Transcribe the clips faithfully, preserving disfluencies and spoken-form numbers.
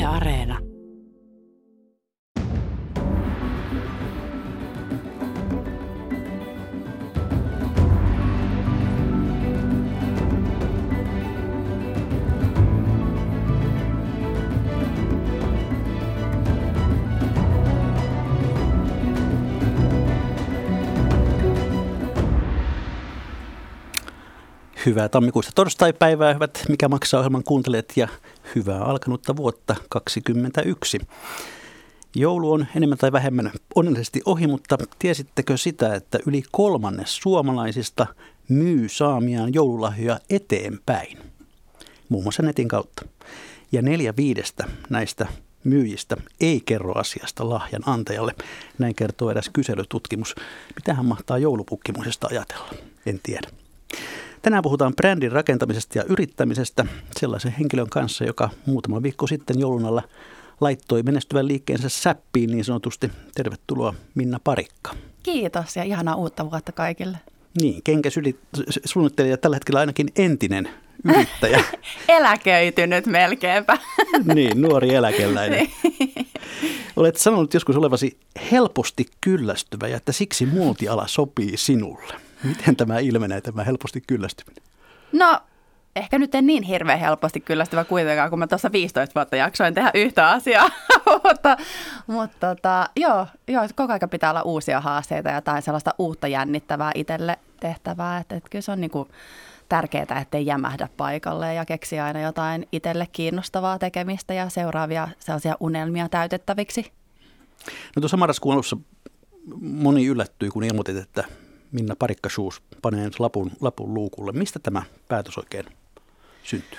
Areena. Hyvää tammikuista torstaipäivää, hyvät Mikä maksaa -ohjelman kuuntelijat, ja hyvää alkanutta vuotta kaksikymmentäyksi. Joulu on enemmän tai vähemmän onnellisesti ohi, mutta tiesittekö sitä, että yli kolmannes suomalaisista myy saamiaan joululahjoja eteenpäin, muun muassa netin kautta. Ja neljä viidestä näistä myyjistä ei kerro asiasta lahjan antajalle. Näin kertoo eräs kyselytutkimus. Mitähän mahtaa joulupukkimusesta ajatella? En tiedä. Tänään puhutaan brändin rakentamisesta ja yrittämisestä sellaisen henkilön kanssa, joka muutama viikko sitten joulun alla laittoi menestyvän liikkeensä säppiin niin sanotusti. Tervetuloa Minna Parikka. Kiitos ja ihanaa uutta vuotta kaikille. Niin, kenkäsuunnittelija, tällä hetkellä ainakin entinen yrittäjä. Eläköitynyt melkeinpä. Niin, nuori eläkeläinen. Olet sanonut joskus olevasi helposti kyllästyvä ja että siksi muotiala sopii sinulle. Miten tämä ilmenee, tämä helposti kyllästyminen? No, ehkä nyt en niin hirveän helposti kyllästyvä kuitenkaan, kun mä tuossa viisitoista vuotta jaksoin tehdä yhtä asiaa. mutta mutta tota, joo, joo, koko ajan pitää olla uusia haasteita ja jotain sellaista uutta jännittävää itselle tehtävää. Että, että kyllä se on niin kuin tärkeää, ettei jämähdä paikalle ja keksiä aina jotain itselle kiinnostavaa tekemistä ja seuraavia sellaisia unelmia täytettäviksi. No tuossa marraskuun alussa moni yllättyi, kun ilmoitit, että Minna Parikka Shoes panee lapun, lapun luukulle. Mistä tämä päätös oikein syntyi?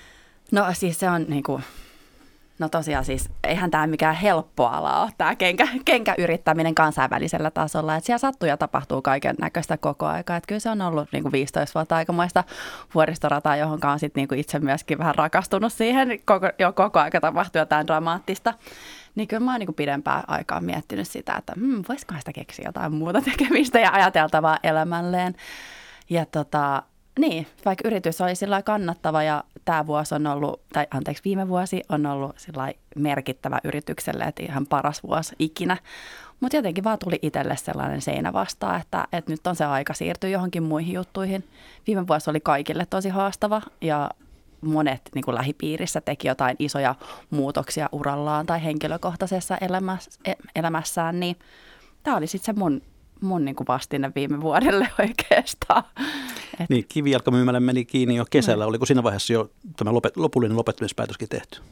No siis se on niin kuin, no tosiaan siis eihän tämä mikään helppo ala ole, tämä kenkä, kenkäyrittäminen kansainvälisellä tasolla. Että siellä sattuu ja tapahtuu kaiken näköistä koko aika. Että kyllä se on ollut niin kuin viisitoista vuotta aikamoista vuoristorataa, johon on sit niin kuin itse myöskin vähän rakastunut siihen. Koko, jo koko aika tapahtuu jotain dramaattista. Niin kyllä mä oon niin pidempään aikaa miettinyt sitä, että hmm, voisikohan sitä keksiä jotain muuta tekemistä ja ajateltavaa elämälleen. Ja tota, niin, vaikka yritys oli sillä kannattava ja tämä vuosi on ollut, tai anteeksi viime vuosi on ollut sillä merkittävä yritykselle, että ihan paras vuosi ikinä. Mutta jotenkin vaan tuli itselle sellainen seinä vastaan, että, että nyt on se aika siirtyä johonkin muihin juttuihin. Viime vuosi oli kaikille tosi haastava ja monet niin kuin lähipiirissä teki jotain isoja muutoksia urallaan tai henkilökohtaisessa elämässä, elämässään, niin tämä oli sitten se mun, mun niin kuin vastine viime vuodelle oikeastaan. Et. Niin, kivijalkamyymälä meni kiinni jo kesällä. Oliko siinä vaiheessa jo tämä lopet, lopullinen lopettamispäätöskin tehty?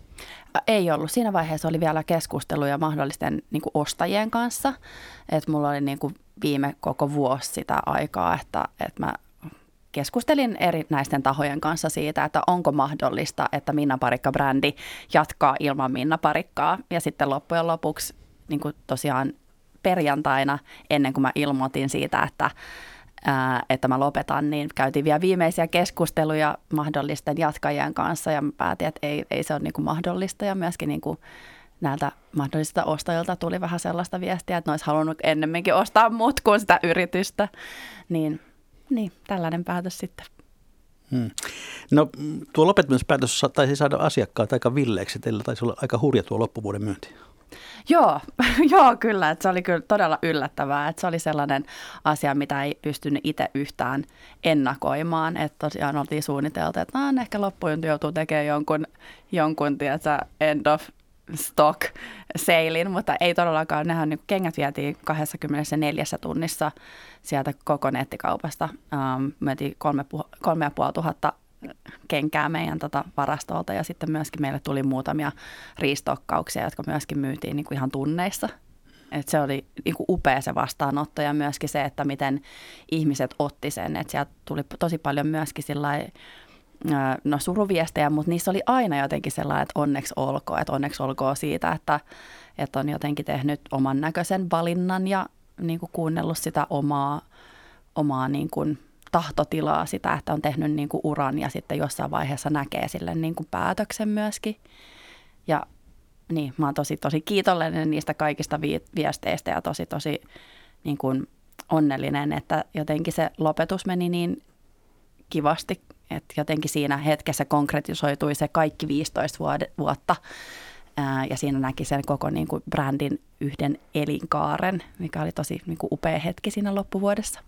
Ei ollut. Siinä vaiheessa oli vielä keskusteluja mahdollisten niin kuin ostajien kanssa. Et mulla oli niin kuin viime koko vuosi sitä aikaa, että, että mä keskustelin eri näisten tahojen kanssa siitä, että onko mahdollista, että Minna Parikka-brändi jatkaa ilman Minna Parikkaa. Ja sitten loppujen lopuksi niin kuin tosiaan perjantaina, ennen kuin mä ilmoitin siitä, että, ää, että mä lopetan, niin käytiin vielä viimeisiä keskusteluja mahdollisten jatkajien kanssa. Ja mä päätin, että ei, ei se ole niin kuin mahdollista. Ja myöskin niin kuin näiltä mahdollisilta ostajilta tuli vähän sellaista viestiä, että ne olisi halunnut ennemminkin ostaa mut kuin sitä yritystä. Niin Niin, tällainen päätös sitten. Hmm. No tuo lopettamispäätös taisi saada asiakkaat aika villeeksi. Teillä taisi olla aika hurja tuo loppuvuoden myynti. Joo, joo kyllä. Että se oli kyllä todella yllättävää. Että se oli sellainen asia, mitä ei pystynyt itse yhtään ennakoimaan. Että tosiaan oltiin suunniteltu, että no, ehkä loppuun joutuu tekemään jonkun, jonkun tiedätkö, end of stock seilin, mutta ei todellakaan. Nehän niin kengät vietiin kaksikymmentäneljä tunnissa sieltä koko nettikaupasta. Ähm, Myytiin kolme, kolme ja puoli tuhatta kenkää meidän tota varastolta ja sitten myöskin meille tuli muutamia ristokkauksia, jotka myöskin myytiin niin kuin ihan tunneissa. Et se oli niin kuin upea se vastaanotto ja myöskin se, että miten ihmiset otti sen. Et sieltä tuli tosi paljon myöskin sillai, no suruviestejä, mutta niissä oli aina jotenkin sellainen, että onneksi olkoon, että onneksi olkoon siitä, että, että on jotenkin tehnyt oman näköisen valinnan ja niin kuin kuunnellut sitä omaa, omaa niin kuin tahtotilaa, sitä, että on tehnyt niin kuin uran ja sitten jossain vaiheessa näkee sille niin kuin päätöksen myöskin. Ja niin, mä oon tosi, tosi kiitollinen niistä kaikista vi- viesteistä ja tosi, tosi niin kuin onnellinen, että jotenkin se lopetus meni niin kivasti, että jotenkin siinä hetkessä konkretisoitui se kaikki viisitoista vuotta ää, ja siinä näki sen koko niin kuin brändin yhden elinkaaren, mikä oli tosi niin kuin upea hetki siinä loppuvuodessa.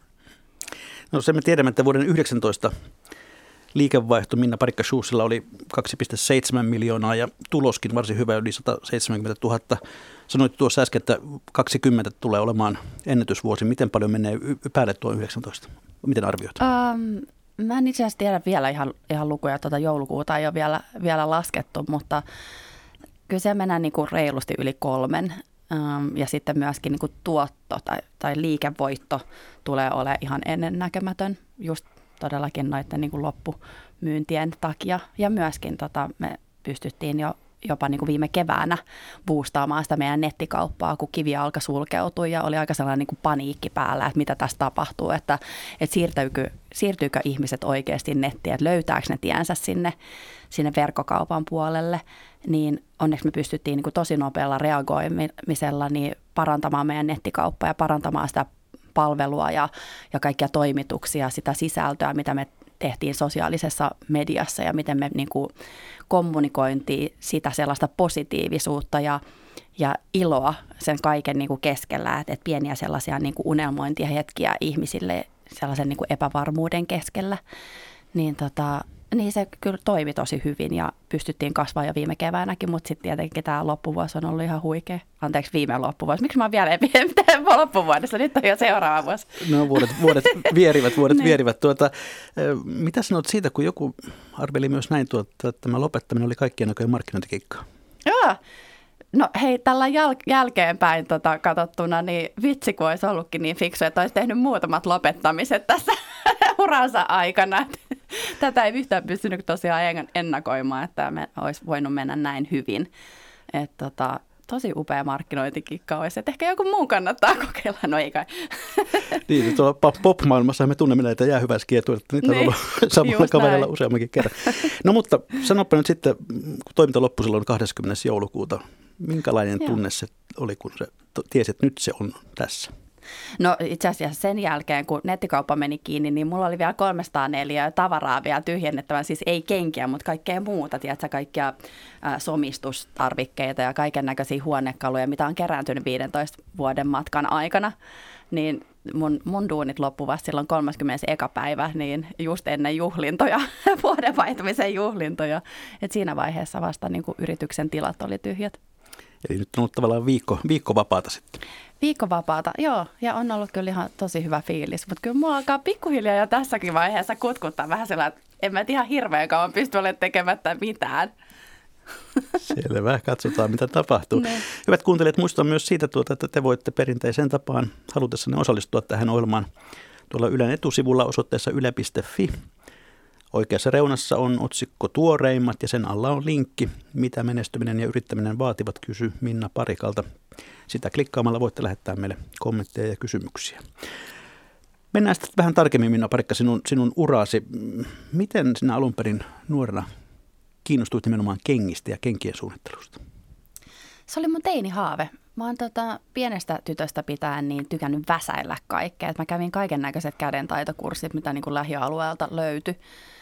No se me tiedämme, että vuoden yhdeksäntoista liikevaihto Minna Parikka-Schuhsilla oli kaksi pilkku seitsemän miljoonaa ja tuloskin varsin hyvä, yli sata seitsemänkymmentätuhatta. Sanoit tuossa äsken, että kaksikymmentä tulee olemaan ennätysvuosi. Miten paljon menee päälle tuo yhdeksäntoista? Miten arvioit? Um, mä en itse asiassa tiedä vielä ihan, ihan lukuja. Tuota joulukuuta ei ole vielä, vielä laskettu, mutta kyllä se menee niin kuin reilusti yli kolmen. Um, ja sitten myöskin niin kuin tuotto tai, tai liikevoitto tulee olemaan ihan ennennäkemätön just todellakin noiden niin kuin loppumyyntien takia. Ja myöskin tota, me pystyttiin jo jopa niin kuin viime keväänä boostaamaan sitä meidän nettikauppaa, kun kivi alkoi sulkeutua ja oli aika sellainen niin kuin paniikki päällä, että mitä tässä tapahtuu, että, että siirtyykö, siirtyykö ihmiset oikeasti nettiin, että löytääkö ne tiensä sinne, sinne verkkokaupan puolelle, niin onneksi me pystyttiin niin kuin tosi nopealla reagoimisella niin parantamaan meidän nettikauppaa ja parantamaan sitä palvelua ja, ja kaikkia toimituksia, sitä sisältöä, mitä me tehtiin sosiaalisessa mediassa ja miten me niin kuin kommunikointiin sitä sellaista positiivisuutta ja, ja iloa sen kaiken niin kuin keskellä, että, että pieniä sellaisia niin kuin unelmointihetkiä ihmisille sellaisen niin kuin epävarmuuden keskellä, niin, tota, niin se kyllä toimi tosi hyvin ja pystyttiin kasvamaan jo viime keväänäkin, mutta sitten tietenkin tämä loppuvuosi on ollut ihan huikea. Anteeksi, viime loppuvuosi. Miksi mä oon vielä loppuvuodessa? Nyt on jo seuraava vuosi. No vuodet, vuodet vierivät, vuodet vierivät. Tuota, mitä sanot siitä, kun joku arveli myös näin, tuota, että tämä lopettaminen oli kaikkien näköinen markkinointikikkaa? Joo. No hei, tällä jäl- jälkeenpäin tota, katsottuna, niin vitsi kun olisi ollutkin niin fiksu, että olisi tehnyt muutamat lopettamiset tässä uransa aikana. Tätä ei yhtään pystynyt tosiaan ennakoimaan, että me olisi voinut mennä näin hyvin. Et, tota, tosi upea markkinointikikka olisi, että ehkä joku muu kannattaa kokeilla, no ei kai. Niin, tuolla pop-maailmassa me tunnemme näitä jäähyväiskietoja, että niitä niin, on ollut samalla kaverilla useammankin kerran. No mutta sanoppa nyt sitten, kun toiminta loppui silloin kahdeskymmenes joulukuuta, minkälainen Joo. tunne se oli, kun se tiesi, että nyt se on tässä? No itse asiassa sen jälkeen, kun nettikauppa meni kiinni, niin mulla oli vielä kolmesataaneljä tavaraa vielä tyhjennettävän, siis ei kenkiä, mutta kaikkea muuta, tiedätkö, kaikkia ä, somistustarvikkeita ja kaiken näköisiä huonekaluja, mitä on kerääntynyt viidentoista vuoden matkan aikana, niin mun, mun duunit loppuvat silloin kolmaskymmenes eka päivä, niin just ennen juhlintoja, vuoden vaihtumisen juhlintoja, että siinä vaiheessa vasta niin kuin yrityksen tilat oli tyhjät. Eli nyt on ollut tavallaan viikko, viikko vapaata sitten. Viikkovapaata, joo, ja on ollut kyllä ihan tosi hyvä fiilis, mutta kyllä mulla alkaa pikkuhiljaa jo tässäkin vaiheessa kutkuttaa vähän sellainen, että en mä ihan hirveän kauan pysty olemaan tekemättä mitään. Selvä, katsotaan mitä tapahtuu. Ne. Hyvät kuuntelijat, muistutan myös siitä, tuota, että te voitte perinteiseen tapaan halutessanne osallistua tähän ohjelmaan tuolla Ylen etusivulla osoitteessa yle piste fi. Oikeassa reunassa on otsikko Tuoreimmat ja sen alla on linkki, mitä menestyminen ja yrittäminen vaativat, kysy Minna Parikalta. Sitä klikkaamalla voitte lähettää meille kommentteja ja kysymyksiä. Mennään sitten vähän tarkemmin, Minna Parikka, sinun, sinun uraasi. Miten sinä alun perin nuorena kiinnostuit nimenomaan kengistä ja kenkien suunnittelusta? Se oli mun teinihaave. Mä oon tota, pienestä tytöstä pitäen niin tykännyt väsäillä kaikkea. Et mä kävin kaiken näköiset kädentaitokurssit, mitä niin kuin lähialueelta löytyi.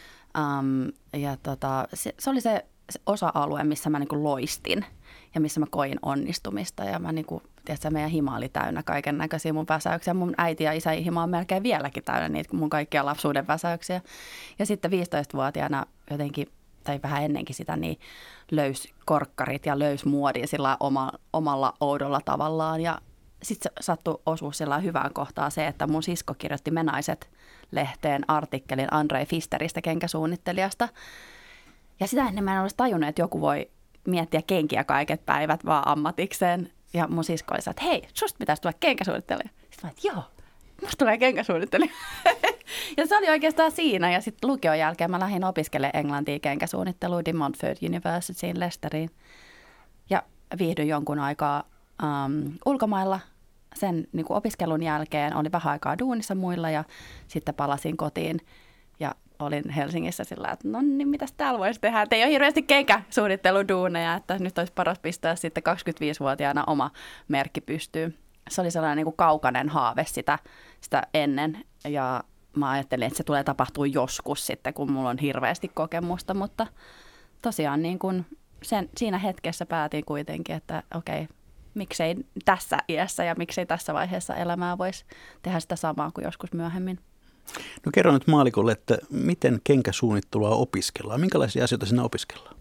Um, ja tota, se, se oli se, se osa-alue, missä mä niin kuin loistin ja missä mä koin onnistumista. Ja mä niin kuin, tiedätkö, meidän hima oli täynnä kaiken näköisiä mun väsäyksiä. Mun äiti ja isä hima on melkein vieläkin täynnä niitä mun kaikkia lapsuuden väsäyksiä. Ja sitten viisitoistavuotiaana jotenkin, tai vähän ennenkin sitä, niin löysi korkkarit ja löysi muodin sillä oma, omalla oudolla tavallaan. Ja sitten se sattui osua sillä hyvään kohtaan se, että mun sisko kirjoitti Me Naiset-lehteen artikkelin Andrei Fisteristä, kenkäsuunnittelijasta. Ja sitä ennen mä en olisi tajunnut, että joku voi miettiä kenkiä kaiket päivät vaan ammatikseen. Ja mun sisko oli että hei, susta pitäisi tulla kenkäsuunnittelija. Sitten mä että joo, musta tulee kenkäsuunnittelija. Ja se oli oikeastaan siinä. Ja sitten lukion jälkeen mä lähdin opiskelemaan englantia kenkäsuunnittelua De Montfort Universityin Leicesteriin. Ja viihdyin jonkun aikaa um, ulkomailla. Sen niin kuin opiskelun jälkeen oli vähän aikaa duunissa muilla ja sitten palasin kotiin. Ja olin Helsingissä sillä, että no niin, mitäs täällä voisi tehdä. Et ei ole hirveästi kenkäsuunnitteluduuneja, että nyt olisi paras pistää sitten kaksikymmentäviisivuotiaana oma merkki pystyyn. Se oli sellainen niin kuin kaukainen haave sitä, sitä ennen ja mä ajattelin, että se tulee tapahtua joskus sitten, kun mulla on hirveästi kokemusta, mutta tosiaan niin kuin sen, siinä hetkessä päätin kuitenkin, että okei, miksei tässä iässä ja miksei tässä vaiheessa elämää voisi tehdä sitä samaa kuin joskus myöhemmin. No kerro nyt maalikolle, että miten kenkäsuunnittelua opiskellaan? Minkälaisia asioita siinä opiskellaan?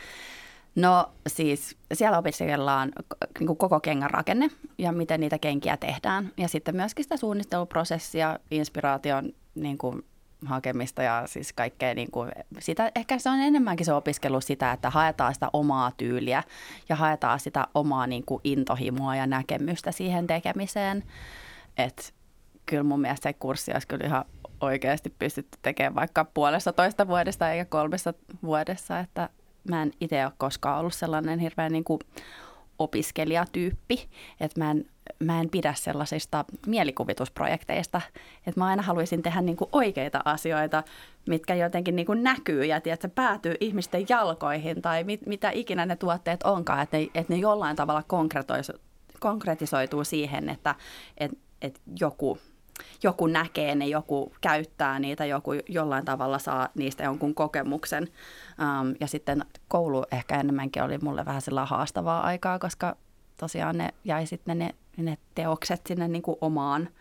No siis siellä opiskellaan niin kuin koko kengän rakenne ja miten niitä kenkiä tehdään. Ja sitten myöskin sitä suunnitteluprosessia, inspiraation niin kuin hakemista ja siis kaikkea niin kuin sitä, ehkä se on enemmänkin se opiskelu sitä, että haetaan sitä omaa tyyliä ja haetaan sitä omaa niin kuin intohimoa ja näkemystä siihen tekemiseen. Että kyllä mun mielestä se kurssi olisi kyllä ihan oikeasti pystytty tekemään vaikka puolessa toista vuodesta eikä kolmessa vuodessa, että mä en itse ole koskaan ollut sellainen hirveän niin kuin opiskelijatyyppi, että mä en, mä en pidä sellaisista mielikuvitusprojekteista, että mä aina haluaisin tehdä niin kuin oikeita asioita, mitkä jotenkin niin kuin näkyy ja tiedätkö, päätyy ihmisten jalkoihin tai mit, mitä ikinä ne tuotteet onkaan, että ne, että ne jollain tavalla konkretisoituu siihen, että et, et joku joku näkee ne, joku käyttää niitä, joku jollain tavalla saa niistä jonkun kokemuksen. Um, ja sitten koulu ehkä enemmänkin oli mulle vähän sillä haastavaa aikaa, koska tosiaan ne jäi sitten ne, ne teokset sinne niin kuin omaan,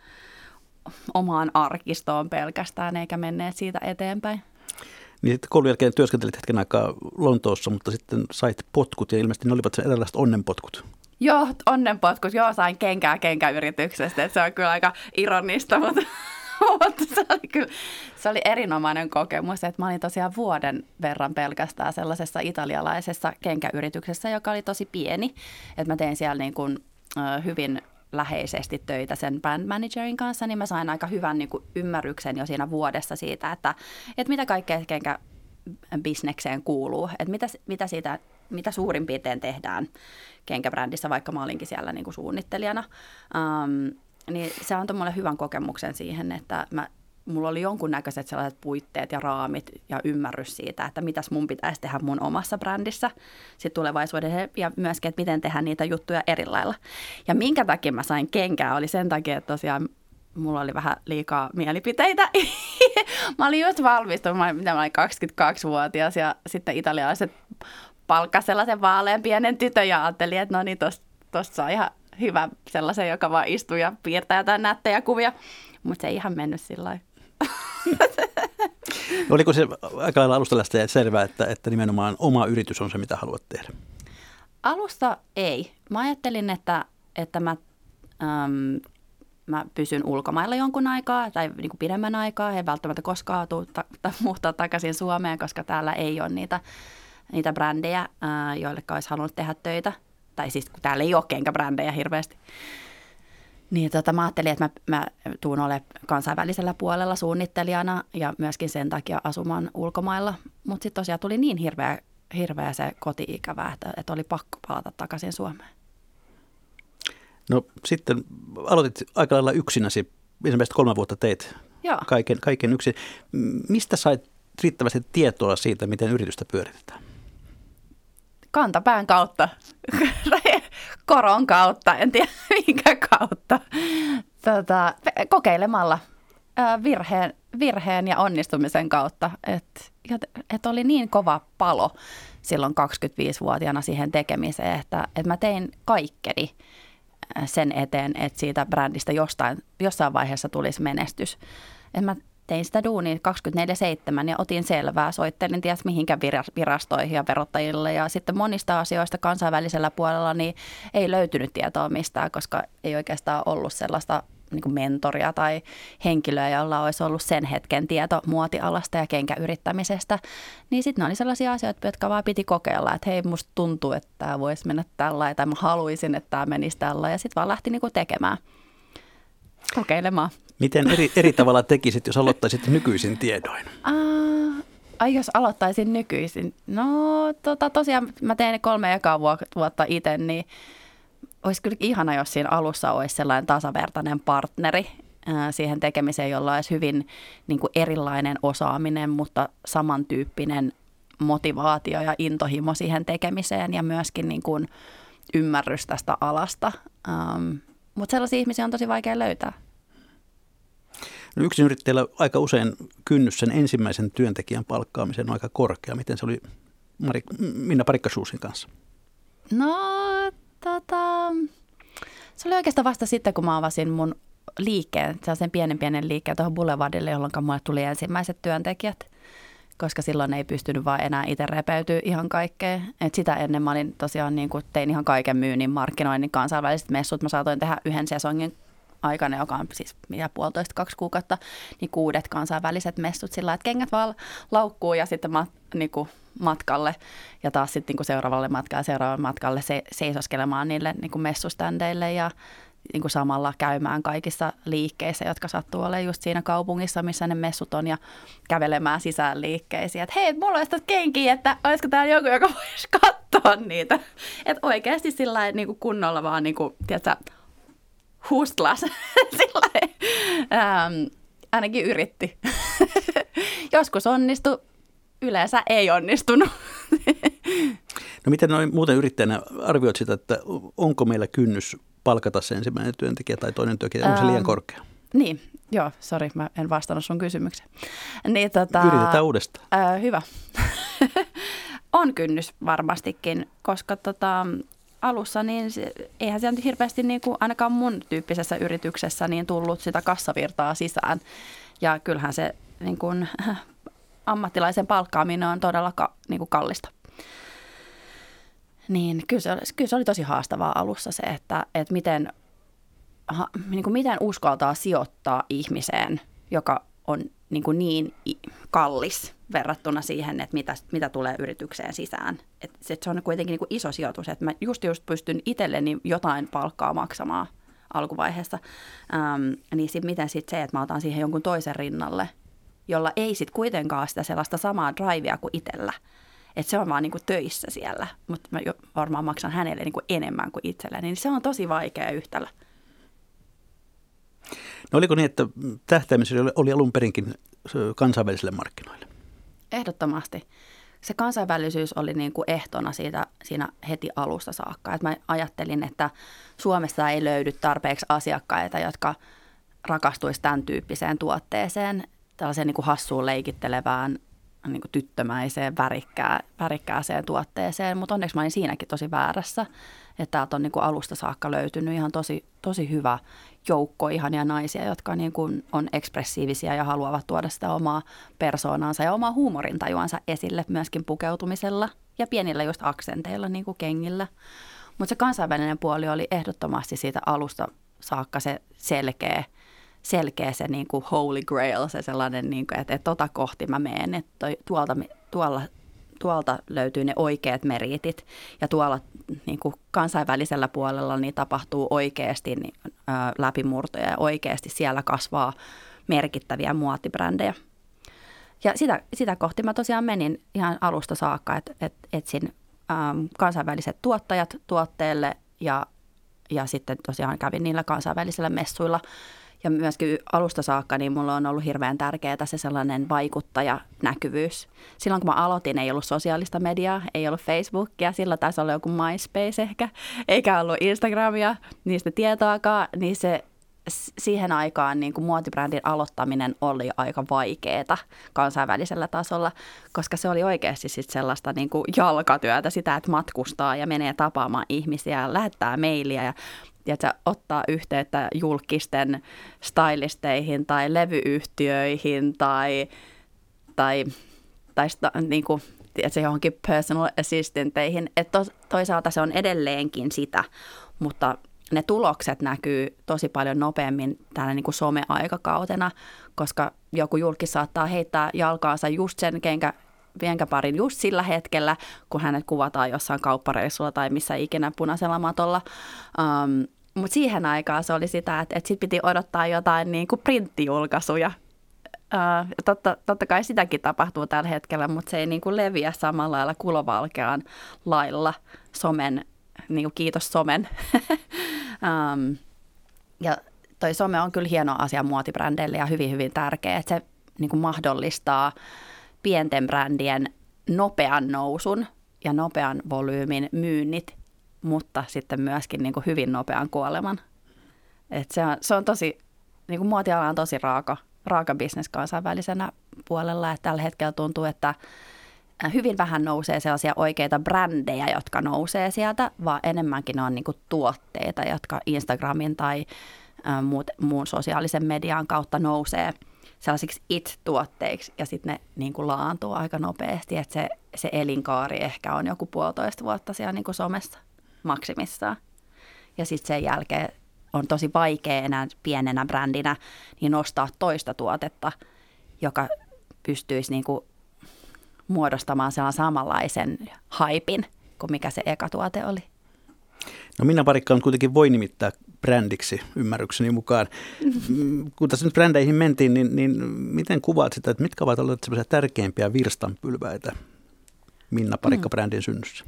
omaan arkistoon pelkästään, eikä menneet siitä eteenpäin. Niin sitten koulun jälkeen työskentelit hetken aikaa Lontoossa, mutta sitten sait potkut ja ilmeisesti ne olivat erilaiset onnenpotkut. Joo, onnenpotkut. Joo, sain kenkää kenkäyrityksestä. Että se on kyllä aika ironista, mutta, mutta se, oli kyllä, se oli erinomainen kokemus. Että mä olin tosiaan vuoden verran pelkästään sellaisessa italialaisessa kenkäyrityksessä, joka oli tosi pieni. Että mä tein siellä niin kuin, hyvin läheisesti töitä sen brand managerin kanssa, niin mä sain aika hyvän niin kuin ymmärryksen jo siinä vuodessa siitä, että, että mitä kaikkea kenkäbisnekseen kuuluu. Että mitä, mitä siitä... mitä suurin piirtein tehdään kenkäbrändissä, vaikka mä olinkin siellä niin kuin suunnittelijana. Um, niin se antoi mulle hyvän kokemuksen siihen, että mä, mulla oli jonkunnäköiset sellaiset puitteet ja raamit ja ymmärrys siitä, että mitäs mun pitäisi tehdä mun omassa brändissä sit tulevaisuudessa ja myöskin, että miten tehdä niitä juttuja eri lailla. Ja minkä takia mä sain kenkää, oli sen takia, että tosiaan mulla oli vähän liikaa mielipiteitä. Mä olin just valmistunut, mä, mä olin kaksikymmentäkaksivuotias ja sitten italialaiset palkkasi sellaisen vaalean pienen tytön ja ajattelin, että no niin, tuosta saa ihan hyvä sellaisen, joka vaan istuu ja piirtää jotain nättejä kuvia. Mutta se ei ihan mennyt sillä lailla. Oliko se aika lailla alusta lähtien selvää, että, että nimenomaan oma yritys on se, mitä haluat tehdä? Alusta ei. Mä ajattelin, että, että mä, äm, mä pysyn ulkomailla jonkun aikaa tai niin kuin pidemmän aikaa. En välttämättä koskaan tule ta- ta- muuttaa takaisin Suomeen, koska täällä ei ole niitä niitä brändejä, joille olisi halunnut tehdä töitä. Tai siis kun täällä ei ole kenkäbrändejä hirveästi. Niin tota, mä ajattelin, että mä, mä tuun olemaan kansainvälisellä puolella suunnittelijana ja myöskin sen takia asumaan ulkomailla. Mutta sitten tosiaan tuli niin hirveä, hirveä se koti-ikävä, että, että oli pakko palata takaisin Suomeen. No sitten aloitit aika lailla yksinäsi. Ensimmäistä kolme vuotta teit kaiken, kaiken yksin. Mistä sait riittävästi tietoa siitä, miten yritystä pyöritetään? Kantapään kautta, koron kautta, en tiedä minkä kautta, tota, kokeilemalla virheen, virheen ja onnistumisen kautta. Että et oli niin kova palo silloin kaksikymmentäviisivuotiaana siihen tekemiseen, että et mä tein kaikkeni sen eteen, että siitä brändistä jostain, jossain vaiheessa tulisi menestys. Et mä tein sitä duunia kaksikymmentäneljä seitsemän ja otin selvää, soittelin ties mihinkä virastoihin ja verottajille ja sitten monista asioista kansainvälisellä puolella niin ei löytynyt tietoa mistään, koska ei oikeastaan ollut sellaista niin kuin mentoria tai henkilöä, jolla olisi ollut sen hetken tieto muotialasta ja kenkäyrittämisestä. Niin sitten ne oli sellaisia asioita, jotka vaan piti kokeilla, että hei, musta tuntuu, että tämä voisi mennä tällä tai mä haluaisin, että tämä menisi tällä ja sitten vaan lähti niin kuin tekemään, kokeilemaan. Miten eri, eri tavalla tekisit, jos aloittaisit nykyisin tiedoin? Uh, ai jos aloittaisin nykyisin? No tota, tosiaan mä tein kolme ekaa vuotta itse, niin olisi kyllä ihana, jos siinä alussa olisi sellainen tasavertainen partneri uh, siihen tekemiseen, jolla olisi hyvin niin kuin erilainen osaaminen, mutta samantyyppinen motivaatio ja intohimo siihen tekemiseen ja myöskin niin kuin ymmärrys tästä alasta. Um, mutta sellaisia ihmisiä on tosi vaikea löytää. No yksin yrittäjällä aika usein kynnys sen ensimmäisen työntekijän palkkaamiseen on aika korkea. Miten se oli Mari- Minna Parikka-Schuusin kanssa? No, tota, se oli oikeastaan vasta sitten, kun mä avasin mun liikkeen, sellaisen pienen pienen liikkeen tuohon Boulevardille, jolloin mulle tuli ensimmäiset työntekijät, koska silloin ei pystynyt vaan enää itse repeytyä ihan kaikkea. Et sitä ennen mä olin tosiaan, niin kuin tein ihan kaiken myynnin, markkinoinnin, kansainväliset messut. Mä saatoin tehdä yhden sesongin aikana, joka on siis mitä puolitoista, kaksi kuukautta, niin kuudet kansainväliset messut sillä, että kengät vaan laukkuu ja sitten mä niin kuin matkalle ja taas sitten niin kuin seuraavalle matkalle seuraavalle matkalle se, seisoskelemaan niille niin kuin messuständeille ja niin kuin samalla käymään kaikissa liikkeissä, jotka sattuu olemaan just siinä kaupungissa, missä ne messut on ja kävelemään sisään liikkeisiin. Että hei, mulla olisi kenkiä, että olisiko täällä joku, joka voisi katsoa niitä. Että oikeasti sillä niin kuin kunnolla vaan niin kuin, tiedätkö, hustlas. Sillä ähm, ainakin yritti. Joskus onnistui, yleensä ei onnistunut. No miten noin muuten yrittäjänä arvioit sitä, että onko meillä kynnys palkata se ensimmäinen työntekijä tai toinen työntekijä, onko se liian korkea? Niin, joo, sori, mä en vastannut sun kysymykseen. Niin, tota, Yritetään uudestaan. Ää, hyvä. On kynnys varmastikin, koska tota, alussa niin se, eihän sieltä hirveästi niin kuin, ainakaan mun tyyppisessä yrityksessä niin tullut sitä kassavirtaa sisään. Ja kyllähän se niin kuin, ammattilaisen palkkaaminen on todella ka, niin kuin kallista. Niin kyllä se, oli, kyllä se oli tosi haastavaa alussa se, että, että miten, ha, niin kuin miten uskaltaa sijoittaa ihmiseen, joka on niin, kuin niin kallis verrattuna siihen, että mitä, mitä tulee yritykseen sisään. Että se on kuitenkin niin kuin iso sijoitus, että mä just just pystyn itselleni jotain palkkaa maksamaan alkuvaiheessa. Ähm, niin sitten miten sitten se, että mä otan siihen jonkun toisen rinnalle, jolla ei sitten kuitenkaan sitä sellaista samaa drivea kuin itsellä. Että se on vaan niinku töissä siellä, mutta mä varmaan maksan hänelle niinku enemmän kuin itselleni, niin se on tosi vaikea yhtälö. No oliko niin, että tähtäimisellä oli alun perinkin kansainvälisille markkinoille? Ehdottomasti. Se kansainvälisyys oli niinku ehtona siitä, siinä heti alusta saakka. Et mä ajattelin, että Suomessa ei löydy tarpeeksi asiakkaita, jotka rakastuisi tämän tyyppiseen tuotteeseen, tällaiseen niinku hassuun leikittelevään, niin kuin tyttömäiseen, värikkää, värikkääseen tuotteeseen, mutta onneksi mä olin siinäkin tosi väärässä, että täältä on niin kuin alusta saakka löytynyt ihan tosi, tosi hyvä joukko ihania naisia, jotka niin kuin on ekspressiivisia ja haluavat tuoda sitä omaa persoonaansa ja omaa huumorintajuansa esille myöskin pukeutumisella ja pienillä just aksenteilla, niin kuin kengillä. Mutta se kansainvälinen puoli oli ehdottomasti siitä alusta saakka se selkeä, selkeä se niin kuin holy grail, se sellainen, niin kuin, että, että tota kohti mä menen, että toi, tuolta, tuolla, tuolta löytyy ne oikeat meriitit ja tuolla niin kuin kansainvälisellä puolella niin tapahtuu oikeasti niin, ä, läpimurtoja ja oikeasti siellä kasvaa merkittäviä muotibrändejä. Ja sitä, sitä kohti mä tosiaan menin ihan alusta saakka, että et, etsin äm, kansainväliset tuottajat tuotteelle ja, ja sitten tosiaan kävin niillä kansainvälisillä messuilla. Ja myöskin alusta saakka niin mulla on ollut hirveän tärkeää se sellainen vaikuttajanäkyvyys. Silloin kun mä aloitin, ei ollut sosiaalista mediaa, ei ollut Facebookia, silloin taisi olla joku MySpace ehkä, eikä ollut Instagramia, niistä tietoakaan, niin se siihen aikaan niin kuin muotibrändin aloittaminen oli aika vaikeaa kansainvälisellä tasolla, koska se oli oikeasti sit sellaista niin kuin jalkatyötä, sitä, että matkustaa ja menee tapaamaan ihmisiä, lähettää mailia ja tiedätkö, ottaa yhteyttä julkisten stylisteihin tai levyyhtiöihin tai, tai, tai sta, niin kuin, tiedätkö, johonkin personal assistanteihin. Että to, toisaalta se on edelleenkin sitä, mutta ne tulokset näkyy tosi paljon nopeammin täällä niin kuin some-aikakautena, koska joku julkis saattaa heittää jalkaansa just sen kenkä, kenkäparin just sillä hetkellä, kun hänet kuvataan jossain kauppareissulla tai missä ikinä punaisella matolla. Um, Mutta siihen aikaan se oli sitä, että, että sitten piti odottaa jotain niin kuin printtijulkaisuja. Uh, totta, totta kai sitäkin tapahtuu tällä hetkellä, mutta se ei niin kuin leviä samalla lailla kulovalkean lailla somen, niin kuin kiitos somen. um, ja toi some on kyllä hieno asia muotibrändeille ja hyvin, hyvin tärkeä, että se niin kuin mahdollistaa pienten brändien nopean nousun ja nopean volyymin myynnit, mutta sitten myöskin niin kuin hyvin nopean kuoleman. Et se, on, se on tosi, niin kuin muotiala on tosi raaka, raaka bisnes kansainvälisenä puolella. Et tällä hetkellä tuntuu, että hyvin vähän nousee sellaisia oikeita brändejä, jotka nousee sieltä, vaan enemmänkin ne on niin kuin tuotteita, jotka Instagramin tai ä, muut, muun sosiaalisen median kautta nousee sellaisiksi it-tuotteiksi ja sitten ne niin kuin laantuu aika nopeasti, että se, se elinkaari ehkä on joku puolitoista vuotta siellä niin kuin somessa maksimissaan. Ja sitten sen jälkeen on tosi vaikea enää pienenä brändinä niin nostaa toista tuotetta, joka pystyisi niin kuin muodostamaan sellaisen samanlaisen haipin kuin mikä se eka tuote oli. No Minna Parikka on kuitenkin voi nimittää brändiksi ymmärrykseni mukaan. Kun tässä nyt brändeihin mentiin, niin, niin miten kuvaat sitä, että mitkä ovat olleet sellaisia tärkeimpiä virstanpylväitä Minna Parikka-brändin synnyssä?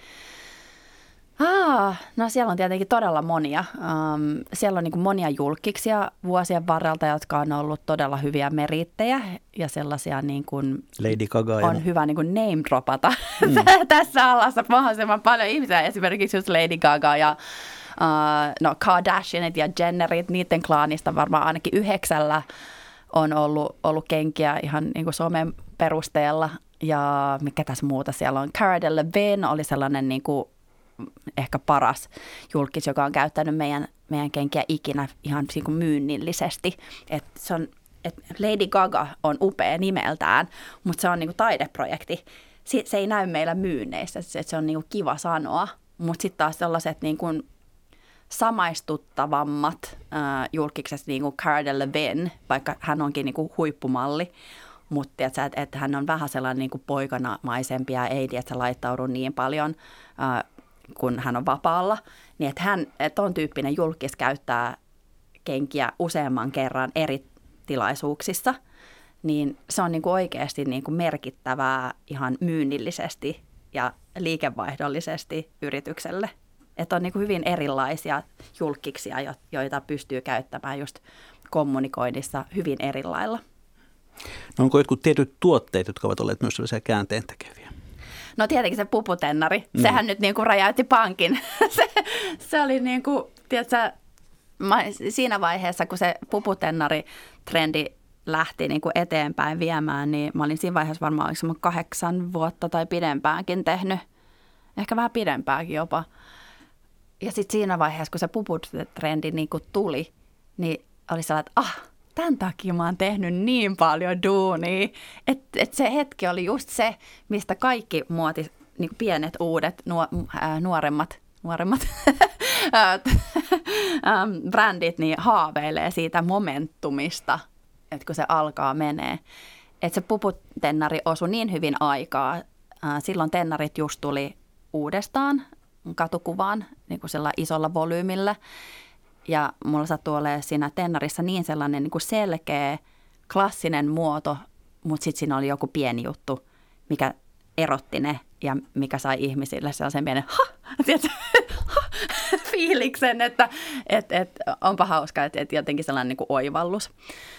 Ah, no siellä on tietenkin todella monia. Um, siellä on niin kuin monia julkkiksia vuosien varrelta, jotka on ollut todella hyviä merittejä ja sellaisia niin kuin Lady Gaga on ja... hyvä niin kuin name dropata mm. tässä alassa mahdollisimman paljon ihmisiä. Esimerkiksi just Lady Gaga ja uh, no Kardashianit ja Jennerit, niiden klaanista varmaan ainakin yhdeksällä on ollut, ollut kenkiä ihan niin kuin somen perusteella. Ja mikä tässä muuta siellä on? Cara Delevingne oli sellainen niin kuin ehkä paras julkis, joka on käyttänyt meidän, meidän kenkiä ikinä ihan niin kuin myynnillisesti. Et se on, et Lady Gaga on upea nimeltään, mutta se on niin kuin taideprojekti. Se, se ei näy meillä myynneissä, se, se on niin kuin kiva sanoa, mutta sitten taas sellaiset niin kuin samaistuttavammat äh, julkikset, niin kuin Cara Delevingne, vaikka hän onkin niin kuin huippumalli, mutta että, että hän on vähän sellainen niin kuin poikanamaisempi ja ei että laittaudu niin paljon äh, kun hän on vapaalla, niin että hän, ton tyyppinen julkis käyttää kenkiä useamman kerran eri tilaisuuksissa, niin se on niin kuin oikeasti niin kuin merkittävää ihan myynnillisesti ja liikevaihdollisesti yritykselle. Että on niin kuin hyvin erilaisia julkkiksia, joita pystyy käyttämään just kommunikoinnissa hyvin eri lailla. No onko jotkut tietyt tuotteet, jotka ovat olleet myös sellaisia käänteentekeviä? No tietenkin se puputennari, mm. sehän nyt niin kuin räjäytti pankin. se, se oli niin kuin, tiedätkö, mä, siinä vaiheessa, kun se puputennari-trendi lähti niin kuin eteenpäin viemään, niin mä olin siinä vaiheessa varmaan oliko kahdeksan vuotta tai pidempäänkin tehnyt, ehkä vähän pidempäänkin jopa. Ja sitten siinä vaiheessa, kun se puputrendi niin kuin tuli, niin oli sellainen, että ah, tämän takia mä oon tehnyt niin paljon duunia, että et se hetki oli just se, mistä kaikki muoti, niin pienet, uudet, nuo, äh, nuoremmat, nuoremmat brändit niin haaveilee siitä momentumista, että kun se alkaa menee. Että se puputennari osui niin hyvin aikaa. Äh, silloin tennarit just tuli uudestaan katukuvaan niin kuin sillä isolla volyymillä. Ja mulla sattuu olemaan siinä tennarissa niin sellainen niin kuin selkeä, klassinen muoto, mutta sitten siinä oli joku pieni juttu, mikä erotti ne ja mikä sai ihmisille sellaisen pienen ha, tiedätkö, ha, fiiliksen, että et, et, onpa hauska, että et jotenkin sellainen niin kuin oivallus.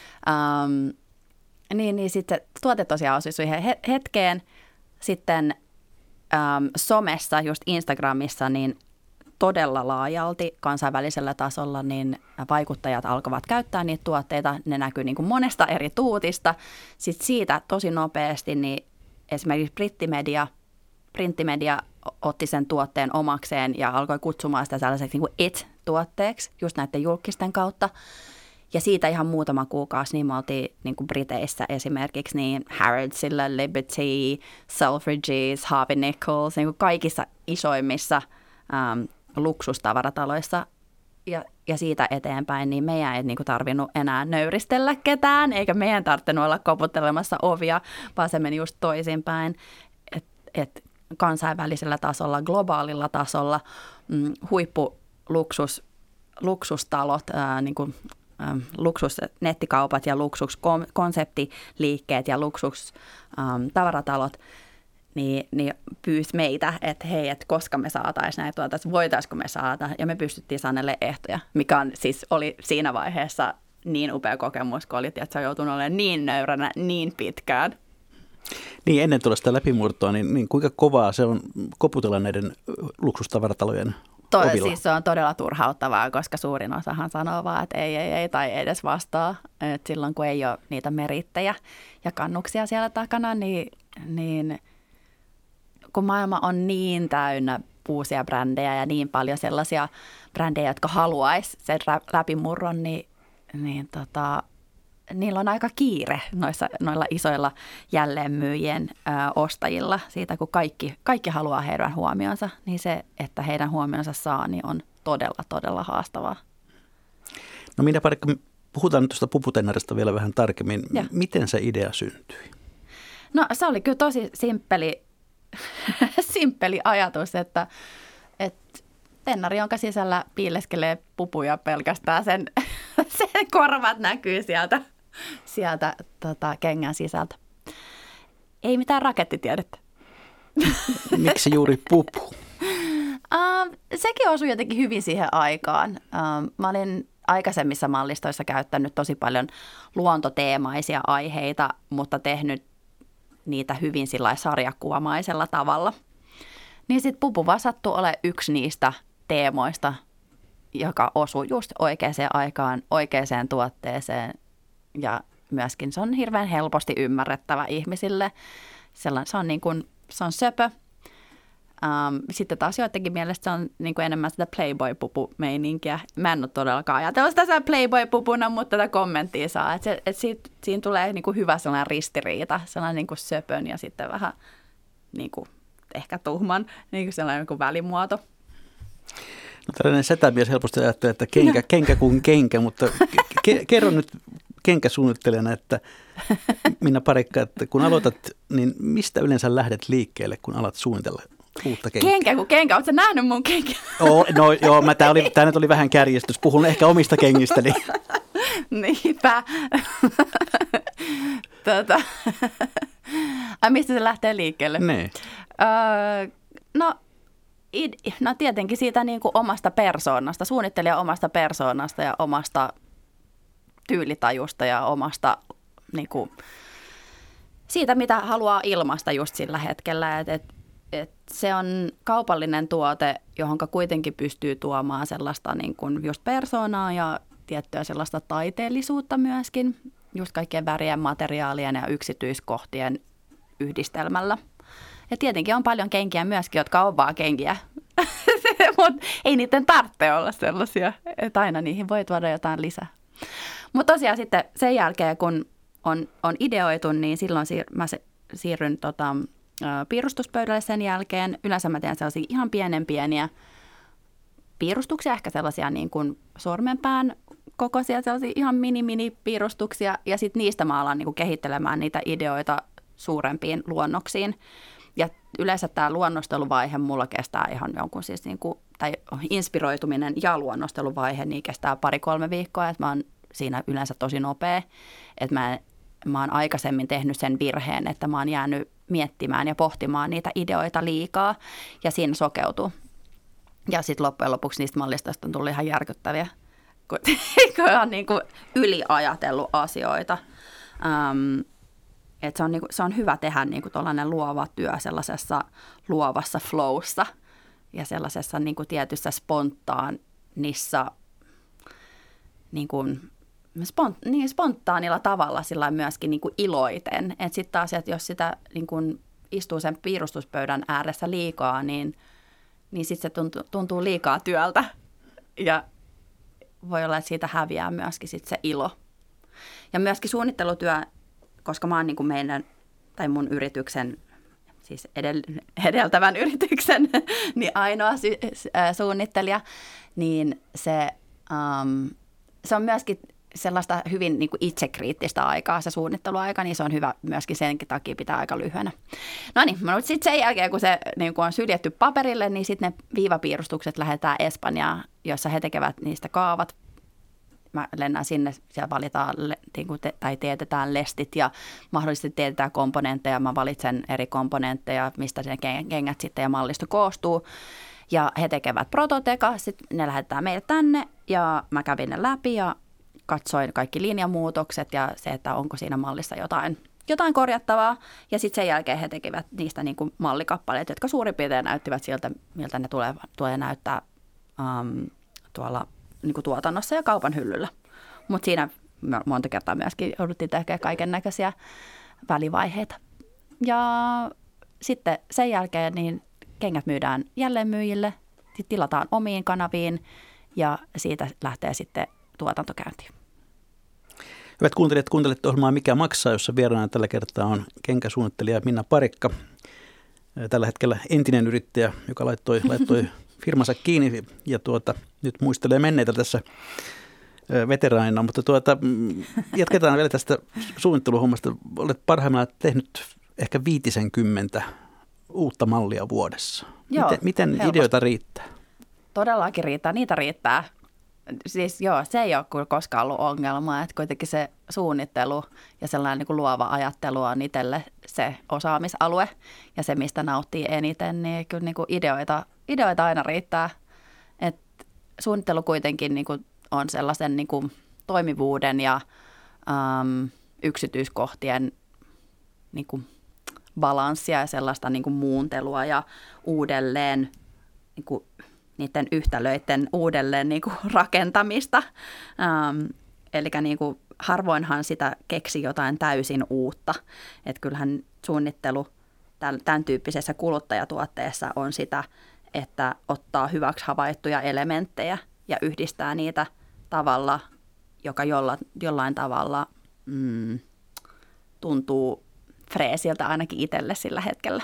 Um, niin, niin sitten tuote tosiaan osui siihen hetkeen. Sitten um, somessa, just Instagramissa, niin todella laajalti kansainvälisellä tasolla, niin vaikuttajat alkavat käyttää niitä tuotteita. Ne näkyy niin kuin monesta eri tuutista. Sitten siitä tosi nopeasti niin esimerkiksi brittimedia, printtimedia otti sen tuotteen omakseen ja alkoi kutsumaan sitä sellaiseksi niin kuin it-tuotteeksi just näiden julkisten kautta. Ja siitä ihan muutama kuukausi niin me oltiin niin kuin Briteissä esimerkiksi niin Harrodsilla, Liberty, Selfridges, Harvey Nichols, niin kuin kaikissa isoimmissa um, luksustavara-taloissa ja, ja siitä eteenpäin, niin meidän ei niinku tarvinnut enää nöyristellä ketään, eikä meidän tarvinnut olla koputtelemassa ovia, vaan se meni just toisinpäin, että et kansainvälisellä tasolla, globaalilla tasolla mm, huippuluksus, luksustalot, ää, niinku, ää, luksusnettikaupat ja luksuskonseptiliikkeet ja luksustavaratalot, Niin, niin pyysi meitä, että hei, että koska me saataisiin näitä tuota, voitaisiko me saada, ja me pystyttiin saaneille ehtoja, mikä on, siis oli siinä vaiheessa niin upea kokemus, kun oli, että sä joutunut olemaan niin nöyränä niin pitkään. Niin, ennen tuollaista läpimurtoa, niin, niin kuinka kovaa se on koputella näiden luksustavaratalojen to, ovilla? Siis se on todella turhauttavaa, koska suurin osahan sanoo vaan, että ei, ei, ei, tai ei edes vastaa. Et silloin, kun ei ole niitä merittejä ja kannuksia siellä takana, niin... niin kun maailma on niin täynnä uusia brändejä ja niin paljon sellaisia brändejä, jotka haluaisi sen läpimurron, niin, niin tota, niillä on aika kiire noissa, noilla isoilla jälleenmyyjien ö, ostajilla siitä, kun kaikki, kaikki haluaa heidän huomionsa, niin se, että heidän huomionsa saa, niin on todella, todella haastavaa. No Minna Parikka, puhutaan nyt tuosta puputennarista vielä vähän tarkemmin. Ja. Miten se idea syntyi? No se oli kyllä tosi simppeli, simppeli ajatus, että, että tennari, jonka sisällä piileskelee pupuja pelkästään, sen, sen korvat näkyy sieltä, sieltä tota, kengän sisältä. Ei mitään rakettitiedettä. Miksi juuri pupu? Uh, sekin osui jotenkin hyvin siihen aikaan. Uh, mä olin aikaisemmissa mallistoissa käyttänyt tosi paljon luontoteemaisia aiheita, mutta tehnyt niitä hyvin sillä sarjakuvamaisella tavalla. Niin sitten pupu vaan sattui olemaan yksi niistä teemoista, joka osui just oikeaan aikaan, oikeaan tuotteeseen. Ja myöskin se on hirveän helposti ymmärrettävä ihmisille. Sellainen, se on niin kuin, se on söpö. Um, sitten taas joidenkin mielestä se on niin kuin enemmän sitä Playboy-pupu-meininkiä. Mä en ole todellakaan ajatellut sitä Playboy-pupuna, mutta tätä kommenttia saa. Että se, et siitä, siinä tulee niin kuin hyvä sellainen ristiriita, sellainen niin kuin söpön ja sitten vähän niin kuin, ehkä tuhman, niin kuin sellainen niin kuin välimuoto. No tällainen setämies helposti ajattelee, että kenkä, kenkä kuin kenkä, mutta ke- kerro nyt kenkäsuunnittelijana, että Minna Parikka, että kun aloitat, niin mistä yleensä lähdet liikkeelle, kun alat suunnitella uutta kenkää? Kenkä kuin kenkä, ootko sä nähnyt mun kenkä? Oh, no joo, mä, tää, oli, tää nyt oli vähän kärjestys, puhun ehkä omista kengistäni. Niinpä. tota. Ai mistä se lähtee liikkeelle? Niin. Öö, no, id- no tietenkin siitä niin kuin omasta persoonasta, suunnittelija omasta persoonasta ja omasta tyylitajusta ja omasta niin kuin, siitä, mitä haluaa ilmaista just sillä hetkellä. Et, et, et se on kaupallinen tuote, johon kuitenkin pystyy tuomaan sellaista niin kuin just persoonaa ja tiettyä sellaista taiteellisuutta myöskin, just kaikkien värien, materiaalien ja yksityiskohtien yhdistelmällä. Ja tietenkin on paljon kenkiä myöskin, jotka on vaan kenkiä, mutta ei niiden tarvitse olla sellaisia, että aina niihin voi tuoda jotain lisää. Mutta tosiaan sitten sen jälkeen, kun on, on ideoitu, niin silloin siir, mä se, siirryn tota, piirustuspöydälle sen jälkeen. Yleensä mä teen sellaisia ihan pienen pieniä piirustuksia, ehkä sellaisia niin kuin sormenpään kokoisia, sellaisia ihan mini-mini-piirustuksia. Ja sitten niistä mä alan niin kuin kehittelemään niitä ideoita suurempiin luonnoksiin. Ja yleensä tämä luonnosteluvaihe mulla kestää ihan jonkun siis niin kuin, tai inspiroituminen ja luonnosteluvaihe, niin kestää pari-kolme viikkoa, että mä oon siinä yleensä tosi nopea, että mä, mä oon aikaisemmin tehnyt sen virheen, että mä oon jäänyt miettimään ja pohtimaan niitä ideoita liikaa ja siinä sokeutuu. Ja sitten loppujen lopuksi niistä mallistoista on tullut ihan järkyttäviä, kun, kun on niin kuin yliajatellut asioita. Um, Et se, on niinku, se on hyvä tehdä niinku tuollainen luova työ sellaisessa luovassa flowssa ja sellaisessa niinku tietyssä spontaanissa, niinku, spont, niin spontaanilla tavalla sillä myöskin niinku iloiten. Sitten taas, että jos sitä niinku istuu sen piirustuspöydän ääressä liikaa, niin, niin sitten se tuntuu, tuntuu liikaa työltä ja voi olla, että siitä häviää myöskin sit se ilo. Ja myöskin suunnittelutyö, koska mä oon niin kuin meidän, tai mun yrityksen, siis edel, edeltävän yrityksen, niin ainoa sy, äh, suunnittelija, niin se, um, se on myöskin sellaista hyvin niin kuin itsekriittistä aikaa, se suunnitteluaika, niin se on hyvä myöskin senkin takia pitää aika lyhyenä. No niin, mutta sitten sen jälkeen, kun se niin kuin on syljetty paperille, niin sitten ne viivapiirustukset lähdetään Espanjaan, jossa he tekevät niistä kaavat. Mä lennän sinne, siellä valitaan tai teetetään lestit ja mahdollisesti teetetään komponentteja. Mä valitsen eri komponentteja, mistä ne kengät sitten ja mallisto koostuu. Ja he tekevät prototeka, sitten ne lähetetään meille tänne ja mä kävin ne läpi ja katsoin kaikki linjamuutokset ja se, että onko siinä mallissa jotain, jotain korjattavaa. Ja sitten sen jälkeen he tekevät niistä niin kuin mallikappaleet, jotka suurin piirtein näyttivät siltä, miltä ne tulee, tulee näyttää um, tuolla niin kuin tuotannossa ja kaupan hyllyllä. Mutta siinä monta kertaa myöskin jouduttiin tekemään kaiken näköisiä välivaiheita. Ja sitten sen jälkeen niin kengät myydään jälleenmyyjille, tilataan omiin kanaviin ja siitä lähtee sitten tuotantokäyntiin. Hyvät kuuntelijat, kuuntelette ohjelmaa Mikä maksaa, jossa vieraana tällä kertaa on kenkäsuunnittelija Minna Parikka. Tällä hetkellä entinen yrittäjä, joka laittoi, laittoi firmansa kiinni ja tuota, nyt muistelee menneitä tässä veteraanina. Mutta tuota, jatketaan vielä tästä suunnitteluhommasta. Olet parhaimmillaan tehnyt ehkä viitisenkymmentä uutta mallia vuodessa. Joo, miten miten ideoita riittää? Todellakin riittää, niitä riittää. Siis joo, se ei ole kyllä koskaan ollut ongelma, että kuitenkin se suunnittelu ja sellainen niin kuin luova ajattelu on itselle se osaamisalue ja se, mistä nauttii eniten, niin kyllä niin kuin ideoita, ideoita aina riittää. Et suunnittelu kuitenkin niin kuin on sellaisen niin kuin toimivuuden ja äm, yksityiskohtien niin kuin balanssia ja sellaista niin kuin muuntelua ja uudelleen niin kuin niiden yhtälöiden uudelleen niin kuin rakentamista. Ähm, eli niin kuin harvoinhan sitä keksi jotain täysin uutta. Että kyllähän suunnittelu tämän tyyppisessä kuluttajatuotteessa on sitä, että ottaa hyväksi havaittuja elementtejä ja yhdistää niitä tavalla, joka jolla, jollain tavalla mm, tuntuu freesiltä ainakin itselle sillä hetkellä.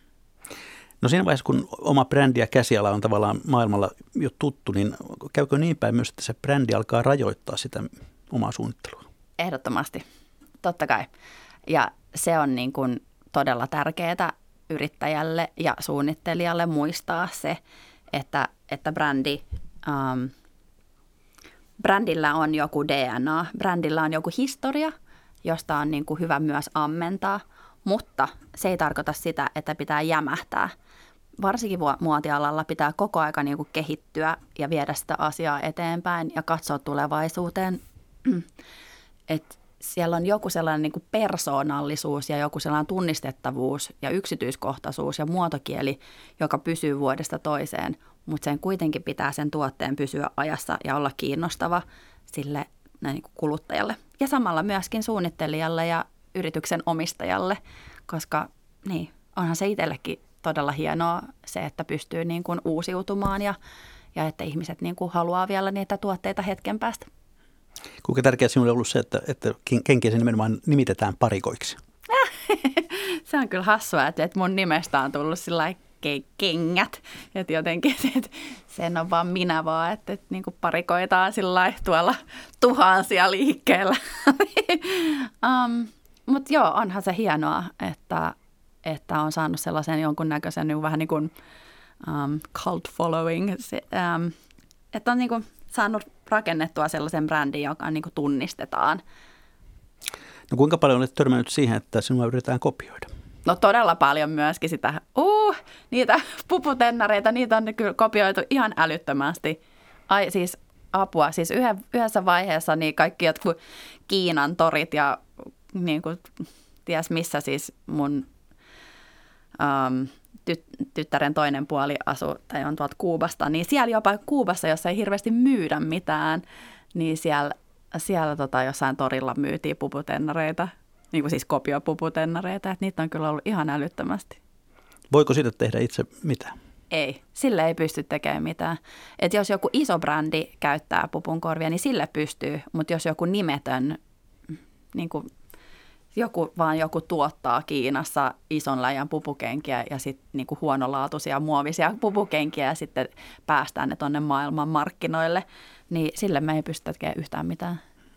No siinä vaiheessa, kun oma brändi ja käsiala on tavallaan maailmalla jo tuttu, niin käykö niin päin myös, että se brändi alkaa rajoittaa sitä omaa suunnittelua? Ehdottomasti, totta kai. Ja se on niin kuin todella tärkeää yrittäjälle ja suunnittelijalle muistaa se, että, että brändi, ähm, brändillä on joku D N A, brändillä on joku historia, josta on niin kuin hyvä myös ammentaa, mutta se ei tarkoita sitä, että pitää jämähtää. Varsinkin muotialalla pitää koko aika niin kuin kehittyä ja viedä sitä asiaa eteenpäin ja katsoa tulevaisuuteen. Et siellä on joku sellainen niin kuin persoonallisuus ja joku sellainen tunnistettavuus ja yksityiskohtaisuus ja muotokieli, joka pysyy vuodesta toiseen, mutta sen kuitenkin pitää sen tuotteen pysyä ajassa ja olla kiinnostava sille niin kuin kuluttajalle. Ja samalla myöskin suunnittelijalle ja yrityksen omistajalle, koska niin, onhan se itsellekin todella hienoa se, että pystyy niin kuin uusiutumaan ja, ja että ihmiset niin kuin haluaa vielä niitä tuotteita hetken päästä. Kuinka tärkeää sinulle on ollut se, että, että kenkiä nimenomaan nimitetään parikoiksi? Se on kyllä hassua, että mun nimestä on tullut sillä kengät, että jotenkin että sen on vaan minä vaan, että, että niin kuin parikoitaan sillä tuolla tuhansia liikkeellä. um, Mutta joo, onhan se hienoa, että, että on saanut sellaisen jonkunnäköisen niin vähän niin kuin um, cult following, se, um, että on niin kuin saanut rakennettua sellaisen brändin, joka niin kuin tunnistetaan. No kuinka paljon olet törmännyt siihen, että sinua yritetään kopioida? No todella paljon myöskin sitä, uh, niitä puputennareita, niitä on kyllä kopioitu ihan älyttömästi. Ai siis apua, siis yhdessä vaiheessa niin kaikki jotkut Kiinan torit ja niin kuin ties missä siis mun um, tyt, tyttären toinen puoli asuu tai on tuolta Kuubasta, niin siellä jopa Kuubassa, jossa ei hirveästi myydä mitään, niin siellä, siellä tota, jossain torilla myytiin puputennareita, niin kuin siis kopiopuputennareita, että niitä on kyllä ollut ihan älyttömästi. Voiko siitä tehdä itse mitään? Ei, sille ei pysty tekemään mitään. Et jos joku iso brändi käyttää pupunkorvia, niin sille pystyy, mutta jos joku nimetön, niin kuin joku, vaan joku tuottaa Kiinassa ison läjän pupukenkiä ja sitten niinku huonolaatuisia muovisia pupukenkiä ja sitten päästään ne tuonne maailman markkinoille, niin sille me ei pystytä tekemään yhtään mitään.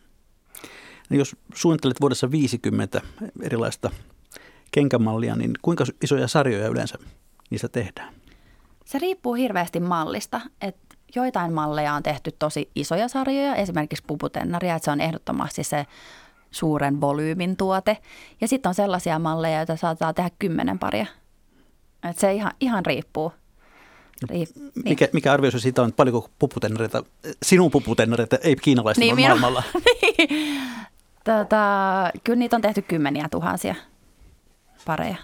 No jos suunnittelet vuodessa viisikymmentä erilaista kenkämallia, niin kuinka isoja sarjoja yleensä niistä tehdään? Se riippuu hirveästi mallista, että joitain malleja on tehty tosi isoja sarjoja, esimerkiksi puputennaria, että se on ehdottomasti se suuren volyymin tuote. Ja sitten on sellaisia malleja, joita saattaa tehdä kymmenen paria. Et se ihan, ihan riippuu. Riip, niin. mikä, mikä arvioisi siitä on, paljonko puputennareita, sinun puputennareita, ei kiinalaista niin, vaan maailmalla? Niin. Tota, kyllä niitä on tehty kymmeniä tuhansia pareja.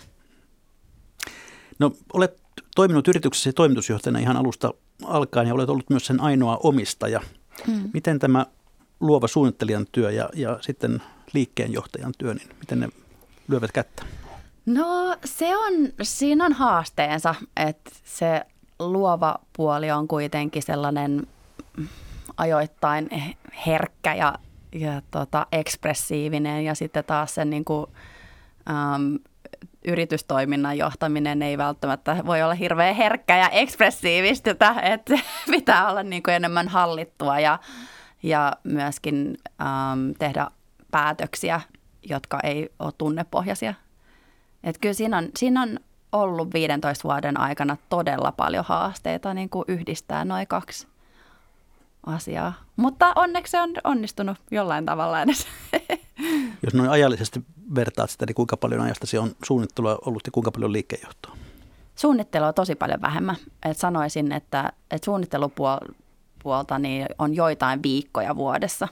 No olet toiminut yrityksessä toimitusjohtajana ihan alusta alkaen ja olet ollut myös sen ainoa omistaja. Hmm. Miten tämä luova suunnittelijan työ ja, ja sitten liikkeenjohtajan työ, niin miten ne lyövät kättä? No se on, siinä on haasteensa, että se luova puoli on kuitenkin sellainen ajoittain herkkä ja, ja tota, ekspressiivinen ja sitten taas se niin kuin, äm, yritystoiminnan johtaminen ei välttämättä voi olla hirveän herkkä ja ekspressiivistä, että pitää olla niin kuin enemmän hallittua ja, ja myöskin äm, tehdä päätöksiä, jotka ei ole tunnepohjaisia. Että kyllä siinä on, siinä on ollut viidentoista vuoden aikana todella paljon haasteita niin kuin yhdistää noin kaksi asiaa. Mutta onneksi se on onnistunut jollain tavalla edes. Jos noin ajallisesti vertaat sitä, niin kuinka paljon ajasta se on suunnittelua ollut ja kuinka paljon liikkeenjohtoa? Suunnittelua on tosi paljon vähemmän. Et sanoisin, että, että suunnittelupuolta niin on joitain viikkoja vuodessa.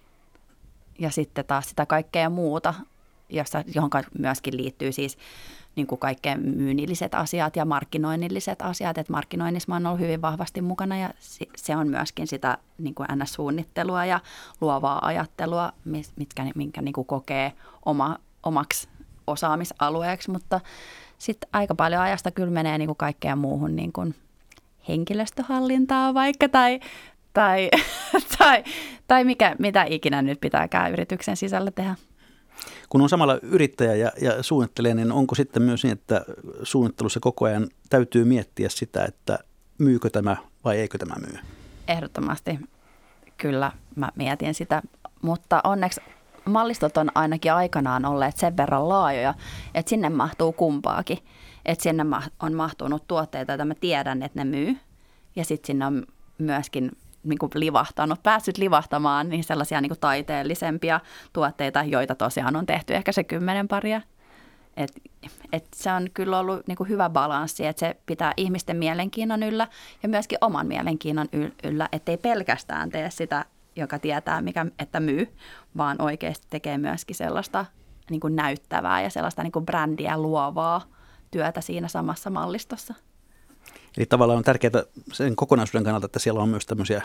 Ja sitten taas sitä kaikkea muuta, jossa, johon myöskin liittyy siis niin kuin kaikkein myynnilliset asiat ja markkinoinnilliset asiat. Et markkinoinnissa mä oon ollut hyvin vahvasti mukana ja se on myöskin sitä niin kuin N S-suunnittelua ja luovaa ajattelua, mitkä, minkä niin kuin kokee oma, omaksi osaamisalueeksi. Mutta sitten aika paljon ajasta kyllä menee niin kuin kaikkeen muuhun niin kuin henkilöstöhallintaa vaikka tai, tai, tai, tai mikä, mitä ikinä nyt pitääkään yrityksen sisällä tehdä. Kun on samalla yrittäjä ja, ja suunnittelee, niin onko sitten myös niin, että suunnittelussa koko ajan täytyy miettiä sitä, että myykö tämä vai eikö tämä myy? Ehdottomasti kyllä mä mietin sitä, mutta onneksi mallistot on ainakin aikanaan olleet sen verran laajoja, että sinne mahtuu kumpaakin. Että sinne on mahtunut tuotteita, joita mä tiedän, että ne myy ja sitten sinne on myöskin niin kuin livahtanut, päässyt livahtamaan niin sellaisia niin kuin taiteellisempia tuotteita, joita tosiaan on tehty ehkä se kymmenen paria. Et, et se on kyllä ollut niin kuin hyvä balanssi, että se pitää ihmisten mielenkiinnon yllä ja myöskin oman mielenkiinnon yllä, ettei pelkästään tee sitä, joka tietää, mikä, että myy, vaan oikeasti tekee myöskin sellaista niin kuin näyttävää ja sellaista niin kuin brändiä luovaa työtä siinä samassa mallistossa. Eli tavallaan on tärkeää sen kokonaisuuden kannalta, että siellä on myös tämmöisiä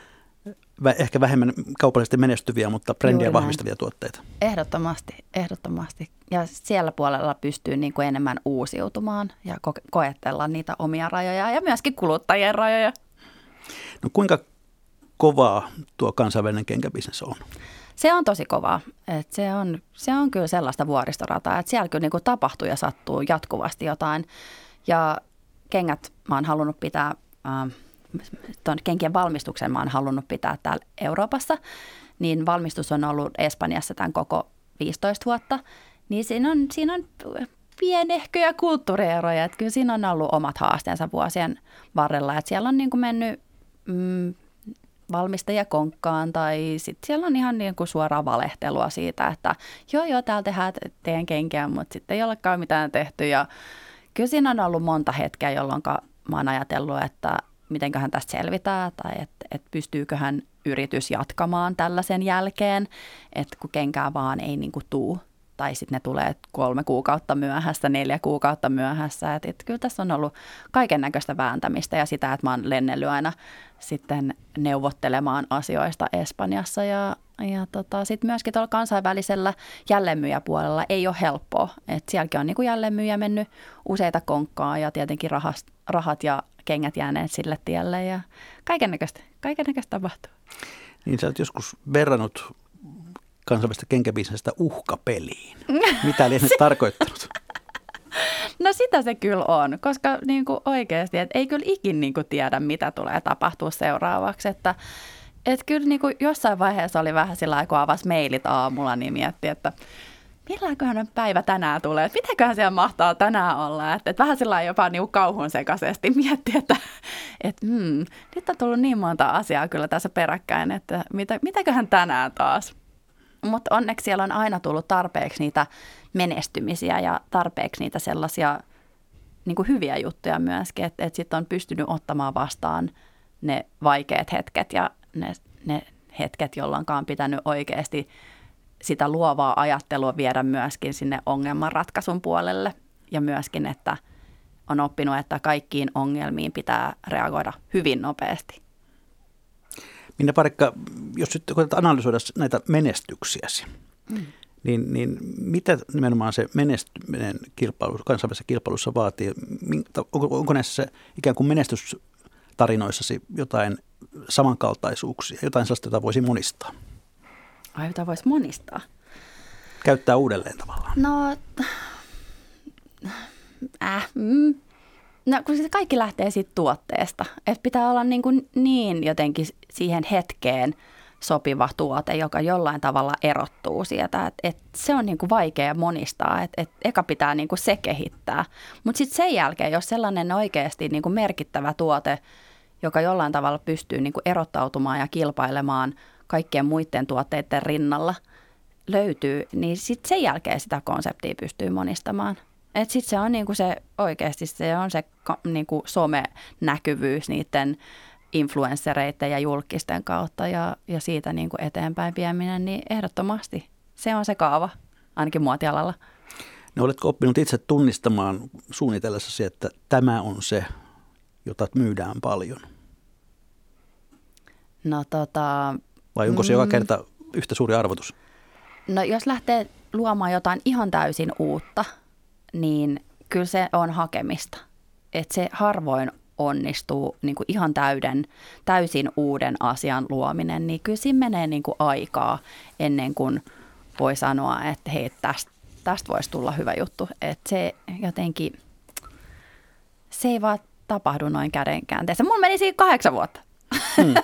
ehkä vähemmän kaupallisesti menestyviä, mutta brändiä vahvistavia tuotteita. Ehdottomasti, ehdottomasti. Ja siellä puolella pystyy niin kuin enemmän uusiutumaan ja ko- koettella niitä omia rajoja ja myöskin kuluttajien rajoja. No kuinka kovaa tuo kansainvälinen kenkäbisnes on? Se on tosi kovaa. Et se, on, se on kyllä sellaista vuoristorataa, että siellä kyllä niin kuin tapahtuu ja sattuu jatkuvasti jotain. Ja kengät mä oon halunnut pitää, äh, tuon kenkien valmistuksen mä oon halunnut pitää täällä Euroopassa, niin valmistus on ollut Espanjassa tämän koko viisitoista vuotta, niin siinä on, siinä on pienehköjä kulttuurieroja, että kyllä siinä on ollut omat haasteensa vuosien varrella, että siellä on niin kuin mennyt mm, valmistajia konkkaan tai sitten siellä on ihan niin kuin suoraa valehtelua siitä, että joo joo täällä tehdään teidän kenkiä, mutta sitten ei olekaan mitään tehty ja kyllä siinä on ollut monta hetkeä, jolloin mä oon ajatellut, että mitenköhän tästä selvitään tai että, että pystyyköhän yritys jatkamaan tällaisen jälkeen, että kun kenkää vaan ei niin kuin tuu tai sitten ne tulee kolme kuukautta myöhässä, neljä kuukautta myöhässä. Että, että kyllä tässä on ollut kaiken näköistä vääntämistä ja sitä, että mä oon lennellyt aina sitten neuvottelemaan asioista Espanjassa ja Ja tota, sitten myöskin tuolla kansainvälisellä jälleenmyyjäpuolella ei ole helppoa. Et sielläkin on niinku jälleenmyyjä mennyt useita konkkaa ja tietenkin rahast, rahat ja kengät jääneet sille tielle ja kaikennäköistä, kaikennäköistä tapahtuu. Niin sä oot joskus verrannut kansainvälistä kenkäbisnestä uhkapeliin. Mitä lienee tarkoittanut? No sitä se kyllä on, koska niinku oikeasti et ei kyllä ikin niinku tiedä, mitä tulee tapahtua seuraavaksi, että Että kyllä niin kuin jossain vaiheessa oli vähän sillä lailla, kun avasi mailit aamulla, niin mietti, että milläköhän päivä tänään tulee, että mitäköhän siellä mahtaa tänään olla. Että, että vähän sillä lailla jopa niin kuin kauhun sekaisesti mietti, että, että hmm, nyt on tullut niin monta asiaa kyllä tässä peräkkäin, että mitä, mitäköhän tänään taas. Mutta onneksi siellä on aina tullut tarpeeksi niitä menestymisiä ja tarpeeksi niitä sellaisia niin kuin hyviä juttuja myöskin, että, että sitten on pystynyt ottamaan vastaan ne vaikeat hetket ja Ne, ne hetket, jolloin on pitänyt oikeasti sitä luovaa ajattelua viedä myöskin sinne ongelmanratkaisun puolelle ja myöskin, että on oppinut, että kaikkiin ongelmiin pitää reagoida hyvin nopeasti. Minna Parikka, jos nyt koetat analysoida näitä menestyksiäsi, mm. Niin, niin mitä nimenomaan se menestyminen kilpailu, kansainvälisessä kilpailussa vaatii? Onko, onko näissä ikään kuin menestystarinoissasi jotain samankaltaisuuksia, jotain sellaista, jota voisi monistaa? Ai, jota voisi monistaa? Käyttää uudelleen tavallaan. No, äh, mm. no kun se kaikki lähtee siitä tuotteesta. Että pitää olla niin, kuin niin jotenkin siihen hetkeen sopiva tuote, joka jollain tavalla erottuu sieltä. Et, et se on niinku vaikea monistaa, että et eka pitää niinku se kehittää. Mutta sitten sen jälkeen, jos sellainen oikeasti niinku merkittävä tuote, joka jollain tavalla pystyy niinku erottautumaan ja kilpailemaan kaikkien muiden tuotteiden rinnalla, löytyy, niin sitten sen jälkeen sitä konseptia pystyy monistamaan. Että sitten se on niinku se oikeasti se on se niinku somenäkyvyys niiden influenssereiden ja julkisten kautta ja, ja siitä niin kuin eteenpäin vieminen, niin ehdottomasti se on se kaava, ainakin muotialalla. No, oletko oppinut itse tunnistamaan suunnitellessasi, että tämä on se, jota myydään paljon? No tota... Vai onko se mm, joka kerta yhtä suuri arvotus? No jos lähtee luomaan jotain ihan täysin uutta, niin kyllä se on hakemista. Että se harvoin onnistuu niin kuin ihan täyden, täysin uuden asian luominen, niin kyllä siinä menee niin kuin aikaa ennen kuin voi sanoa, että hei, tästä, tästä voisi tulla hyvä juttu. Että se jotenkin, se ei vaan tapahdu noin kädenkäänteessä. Mulla meni siinä kahdeksan vuotta. Hmm.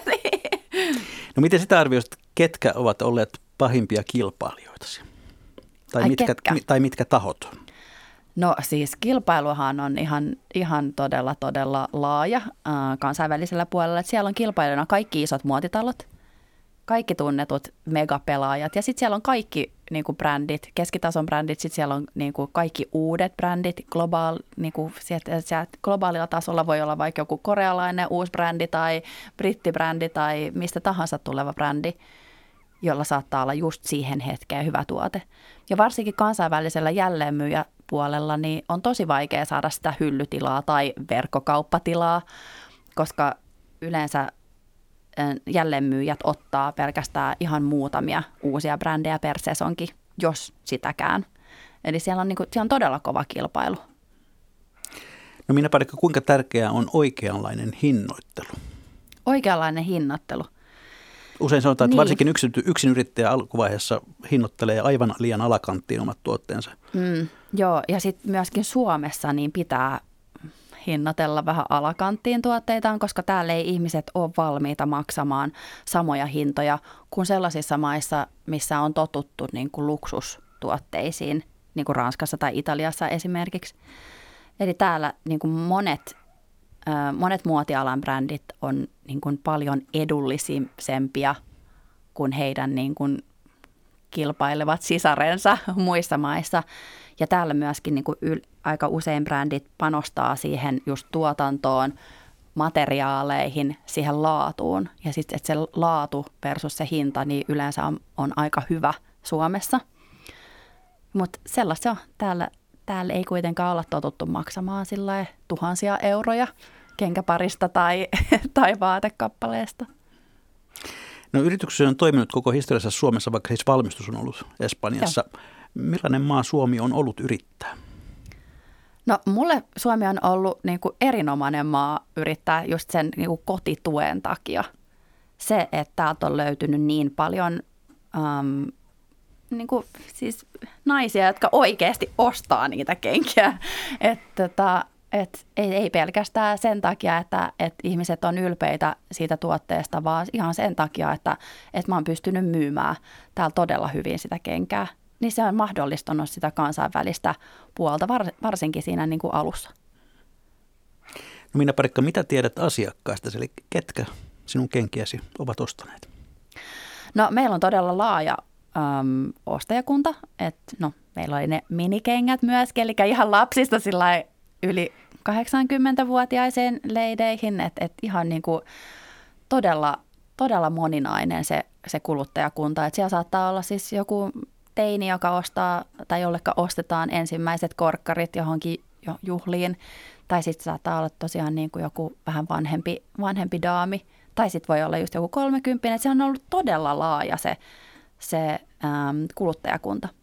No miten sitä arvioisit, ketkä ovat olleet pahimpia kilpailijoitasi? Tai, Ai, mitkä, ketkä? tai mitkä tahot? No siis kilpailuhan on ihan, ihan todella, todella laaja äh, kansainvälisellä puolella. Että siellä on kilpailijoina kaikki isot muotitalot, kaikki tunnetut megapelaajat ja sitten siellä on kaikki niin kuin brändit, keskitason brändit, sitten siellä on niin kuin kaikki uudet brändit. Globaal, niin kuin sieltä, sieltä globaalilla tasolla voi olla vaikka joku korealainen uusi brändi tai brittibrändi tai mistä tahansa tuleva brändi, jolla saattaa olla just siihen hetkeen hyvä tuote. Ja varsinkin kansainvälisellä jälleenmyyjäpuolella niin on tosi vaikea saada sitä hyllytilaa tai verkkokauppatilaa, koska yleensä jälleenmyyjät ottaa pelkästään ihan muutamia uusia brändejä per sesonki, jos sitäkään. Eli siellä on, niin kuin, siellä on todella kova kilpailu. No Minna Parikka, kuinka tärkeää on oikeanlainen hinnoittelu? Oikeanlainen hinnoittelu. Usein sanotaan, että niin. varsinkin yksin, yksin yrittäjä alkuvaiheessa hinnoittelee aivan liian alakanttiin omat tuotteensa. Mm, joo, ja sitten myöskin Suomessa niin pitää hinnoitella vähän alakanttiin tuotteitaan, koska täällä ei ihmiset ole valmiita maksamaan samoja hintoja kuin sellaisissa maissa, missä on totuttu niin kuin luksustuotteisiin, niin kuin Ranskassa tai Italiassa esimerkiksi. Eli täällä niin kuin monet, äh, monet muotialan brändit on niin kuin paljon edullisempia kuin heidän niin kuin kilpailevat sisarensa muissa maissa. Ja täällä myöskin niin kuin yl, aika usein brändit panostaa siihen just tuotantoon, materiaaleihin, siihen laatuun. Ja sitten, että se laatu versus se hinta niin yleensä on, on aika hyvä Suomessa. Mutta sellaista se on. Täällä, täällä ei kuitenkaan olla totuttu maksamaan tuhansia euroja kenkäparista tai, tai vaatekappaleesta. No yrityksessä on toiminut koko historiassa Suomessa, vaikka siis valmistus on ollut Espanjassa. Ja. Millainen maa Suomi on ollut yrittää? No mulle Suomi on ollut niin kuin erinomainen maa yrittää just sen niin kuin kotituen takia. Se, että täältä on löytynyt niin paljon äm, niin kuin, siis naisia, jotka oikeasti ostaa niitä kenkiä. Että tota, et ei, ei pelkästään sen takia, että, että ihmiset on ylpeitä siitä tuotteesta, vaan ihan sen takia, että, että mä oon pystynyt myymään täällä todella hyvin sitä kenkää. Niin se on mahdollistanut sitä kansainvälistä puolta, varsinkin siinä niin kuin alussa. No Minna Parikka, mitä tiedät asiakkaista, eli ketkä sinun kenkiäsi ovat ostaneet? No meillä on todella laaja äm, ostajakunta, että no meillä oli ne minikengät myöskin, eli ihan lapsista sillä yli kahdeksankymmentävuotiaiseen leideihin, että et ihan niin kuin todella, todella moninainen se, se kuluttajakunta, että siellä saattaa olla siis joku teini, joka ostaa tai jolleka ostetaan ensimmäiset korkkarit johonkin juhliin, tai sitten saattaa olla tosiaan niin kuin joku vähän vanhempi, vanhempi daami, tai sitten voi olla just joku kolmekymppinen. Se on ollut todella laaja se, se äm, kuluttajakunta.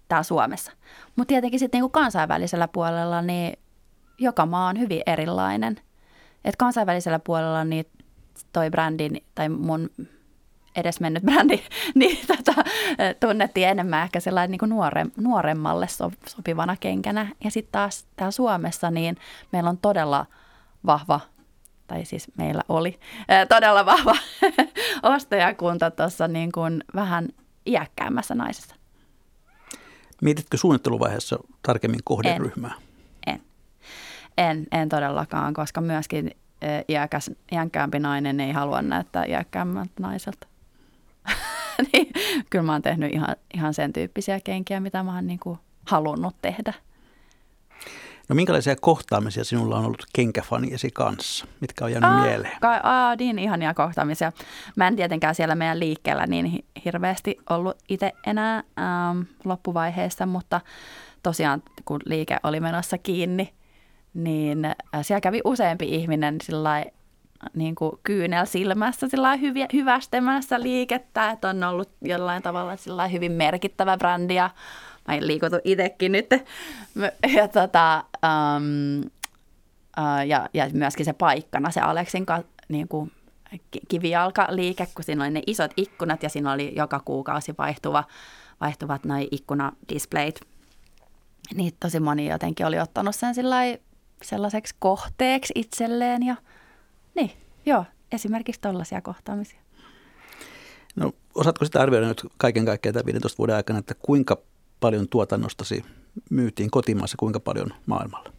täällä Suomessa. Mutta tietenkin sitten niinku kansainvälisellä puolella niin joka maa on hyvin erilainen. Et kansainvälisellä puolella niin toi brändi tai mun edesmennyt brändi niin tota, tunnettiin enemmän ehkä sellainen niin kuin nuore, nuoremmalle sopivana kenkänä. Ja sitten taas täällä Suomessa niin meillä on todella vahva, tai siis meillä oli todella vahva ostajakunta tuossa niin kuin vähän iäkkäämmässä naisessa. Mietitkö suunnitteluvaiheessa tarkemmin kohderyhmää? En. En, en, en todellakaan, koska myöskin iäkäs, iäkkäämpi nainen ei halua näyttää iäkkäämmältä naiselta. Niin, kyllä mä oon tehnyt ihan, ihan sen tyyppisiä kenkiä, mitä mä oon niin kuin halunnut tehdä. No minkälaisia kohtaamisia sinulla on ollut kenkäfaniesi kanssa? Mitkä on jäänyt aa, mieleen? Ka- aa, niin ihania kohtaamisia. Mä en tietenkään siellä meidän liikkeellä niin hirveästi ollut itse enää ähm, loppuvaiheessa, mutta tosiaan kun liike oli menossa kiinni, niin äh, siellä kävi useampi ihminen sillai, niin kuin kyynel silmässä sillai hyviä, hyvästemässä liikettä, että on ollut jollain tavalla sillai hyvin merkittävä brändi ja mä liikutun itsekin nyt. Ja, tota, um, uh, ja, ja myöskin se paikkana, se Aleksin ka, niin kuin kivijalkaliike, kun siinä oli ne isot ikkunat ja siinä oli joka kuukausi vaihtuva, vaihtuvat noi ikkunadisplayt. Niin tosi moni jotenkin oli ottanut sen sillai sellaiseksi kohteeksi itselleen ja niin, joo, esimerkiksi tollaisia kohtaamisia. No osaatko sitä arvioida nyt kaiken kaikkiaan tämän viidentoista vuoden aikana, että kuinka paljon tuotannostasi myytiin kotimaassa, kuinka paljon maailmalla?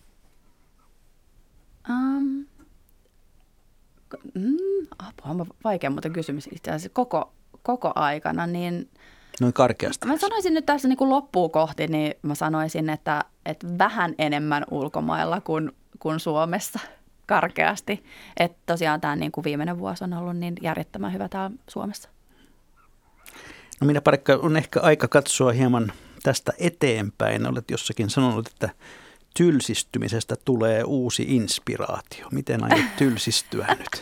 Um, mm, apua, vaikea muuten kysymys itse asiassa koko, koko aikana, niin noin karkeasti. Mä sanoisin nyt tässä niin kuin loppuun kohti, niin mä sanoisin, että, että vähän enemmän ulkomailla kuin, kuin Suomessa karkeasti. Että tosiaan tämä niin kuin viimeinen vuosi on ollut niin järjettömän hyvä täällä Suomessa. No minä Parikka, on ehkä aika katsoa hieman tästä eteenpäin. Olet jossakin sanonut, että tylsistymisestä tulee uusi inspiraatio. Miten aiot tylsistyä nyt?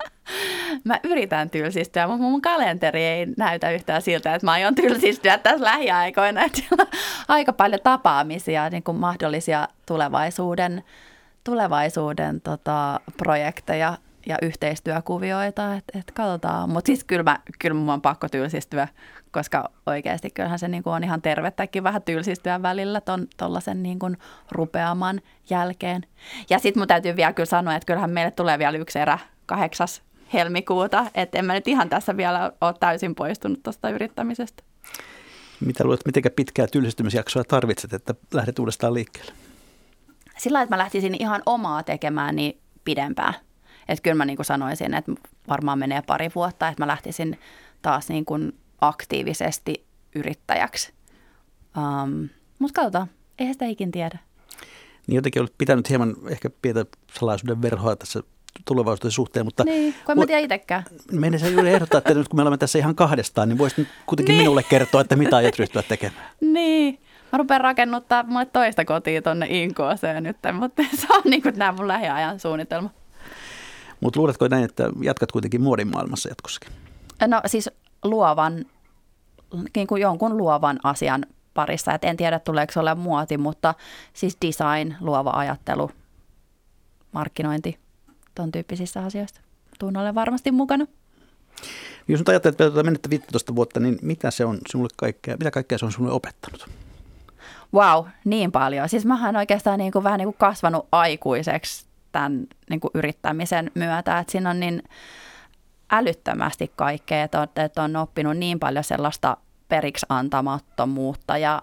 Mä yritän tylsistyä, mutta mun kalenteri ei näytä yhtään siltä, että mä aion tylsistyä tässä lähiaikoina. Että siellä on aika paljon tapaamisia, niin kuin mahdollisia tulevaisuuden, tulevaisuuden tota, projekteja ja yhteistyökuvioita, että et katsotaan. Mutta siis kyllä, mä, kyllä mun on pakko tylsistyä, koska oikeasti kyllähän se niinku on ihan tervettäkin vähän tylsistyä välillä tuollaisen niinku rupeaman jälkeen. Ja sitten mun täytyy vielä kyllä sanoa, että kyllähän meille tulee vielä yksi erä kahdeksas helmikuuta, että en mä nyt ihan tässä vielä ole täysin poistunut tuosta yrittämisestä. Mitä luulet, miten pitkää tylsistymisjaksoa tarvitset, että lähdet uudestaan liikkeelle? Sillä että mä lähtisin ihan omaa tekemään niin pidempään. Että kyllä mä niin kuin sanoisin, että varmaan menee pari vuotta, että mä lähtisin taas niin kuin aktiivisesti yrittäjäksi. Um, Mutta katsotaan, eihän sitä ikin tiedä. Niin jotenkin olet pitänyt hieman ehkä pientä salaisuuden verhoa tässä tulevaisuuden suhteen, mutta niin, kun en mä tiedä itsekään. Meidän se juuri ehdottaa, että nyt kun me olemme tässä ihan kahdestaan, niin voisit kuitenkin niin. minulle kertoa, että mitä aiot ryhtyä tekemään. Niin, mä rupean rakennuttaa mulle toista kotia tuonne Inkooseen nyt, mutta se on niin kuin nämä mun lähiajan suunnitelma. Mutta luuletko näin, että jatkat kuitenkin muodin maailmassa jatkossakin? No siis luovan, niin kuin jonkun luovan asian parissa, et en tiedä tuleeko se olla muoti, mutta siis design, luova ajattelu, markkinointi, ton tyyppisissä asioissa. Tuun olen varmasti mukana. Jos nyt ajattelet, että menettä viisitoista vuotta, niin mitä se on sinulle kaikkea, mitä kaikkea se on sinulle opettanut? Wow, niin paljon. Siis mä oon oikeastaan niin kuin vähän niin kuin kasvanut aikuiseksi tämän niin kuin yrittämisen myötä, että siinä on niin älyttömästi kaikkea, että, että on oppinut niin paljon sellaista periksi antamattomuutta ja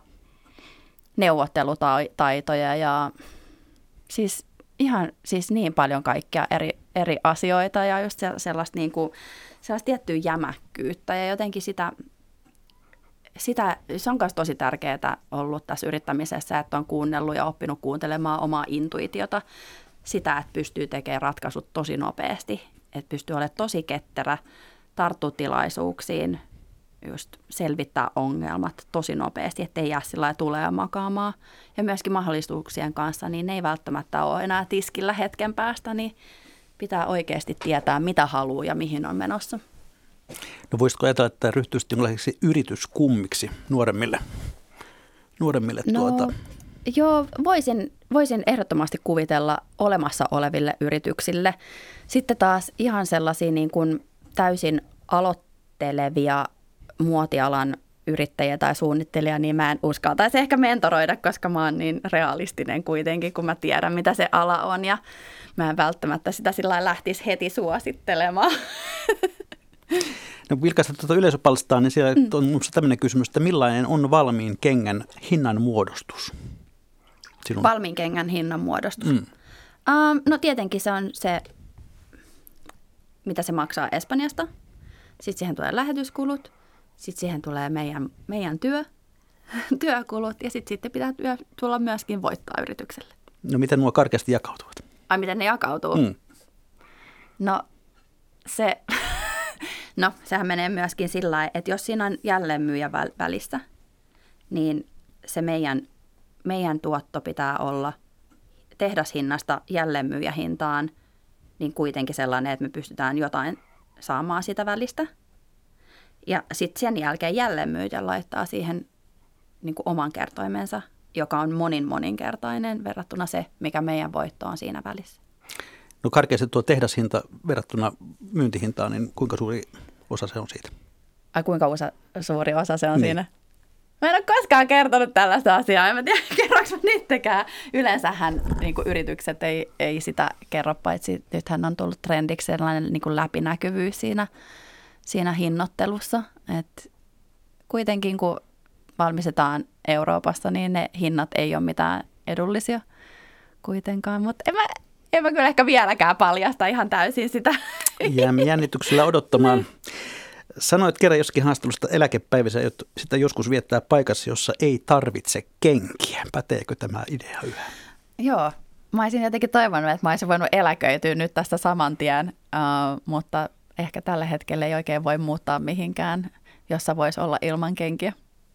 neuvottelutaitoja ja siis ihan siis niin paljon kaikkia eri, eri asioita ja just sellaista, niin kuin, sellaista tiettyä jämäkkyyttä ja jotenkin sitä, sitä, se on myös tosi tärkeää ollut tässä yrittämisessä, että on kuunnellut ja oppinut kuuntelemaan omaa intuitiota, sitä, että pystyy tekemään ratkaisut tosi nopeasti, että pystyy olemaan tosi ketterä, tarttua tilaisuuksiin, just selvittää ongelmat tosi nopeasti, ettei jää sillä lailla tulee makaamaan. Ja myöskin mahdollisuuksien kanssa, niin ne ei välttämättä ole enää tiskillä hetken päästä, niin pitää oikeasti tietää, mitä haluaa ja mihin on menossa. No voisitko ajatella, että ryhtyisit jonkinlaiseksi yrityskummiksi nuoremmille nuoremmille No, tuota? Joo, voisin, voisin ehdottomasti kuvitella olemassa oleville yrityksille. Sitten taas ihan sellaisia niin kuin täysin aloittelevia muotialan yrittäjiä tai suunnittelijia, niin mä en uskaltaisi ehkä mentoroida, koska mä oon niin realistinen kuitenkin, kun mä tiedän, mitä se ala on, ja mä en välttämättä sitä sillä lailla lähtisi heti suosittelemaan. No, vilkaista tuota yleisöpalstaa, niin siellä mm. on minusta tämmöinen kysymys, että millainen on valmiin kengän hinnan muodostus? Sinun? Valmiin kengän hinnan muodostus? Mm. Um, no tietenkin se on se, mitä se maksaa Espanjasta. Sitten siihen tulee lähetyskulut. Sitten siihen tulee meidän, meidän työ, työkulut ja sitten sitten pitää työ, tulla myöskin voittaa yritykselle. No miten nuo karkeasti jakautuvat? Ai miten ne jakautuu? Mm. No, se, no sehän menee myöskin sillä lailla, että jos siinä on jälleenmyyjä välissä, niin se meidän, meidän tuotto pitää olla tehdashinnasta jälleenmyyjähintaan niin kuitenkin sellainen, että me pystytään jotain saamaan sitä välistä. Ja sitten sen jälkeen jälleenmyyjä laittaa siihen niin kuin oman kertoimensa, joka on monin moninkertainen verrattuna se, mikä meidän voitto on siinä välissä. No karkeasti tuo tehdashinta verrattuna myyntihintaan, niin kuinka suuri osa se on siitä? Ai kuinka osa, suuri osa se on niin siinä? Mä en ole koskaan kertonut tällaista asiaa, en mä tiedä, kerroks mä niittäkään. Yleensähän niin kuin yritykset ei, ei sitä kerro, paitsi nythän on tullut trendiksi sellainen niin kuin läpinäkyvyys siinä, siinä hinnoittelussa. Et kuitenkin kun valmistetaan Euroopassa, niin ne hinnat ei ole mitään edullisia kuitenkaan, mutta en mä, en mä kyllä ehkä vieläkään paljasta ihan täysin sitä. Jäämme jännityksellä odottamaan. Sanoit kerran jossakin haastattelusta eläkepäivässä, että sitä joskus viettää paikassa, jossa ei tarvitse kenkiä. Päteekö tämä idea yhä? Joo, mä olisin jotenkin toivonut, että mä olisin voinut eläköityä nyt tästä saman tien, uh, mutta ehkä tällä hetkellä ei oikein voi muuttaa mihinkään, jossa voisi olla ilman kenkiä.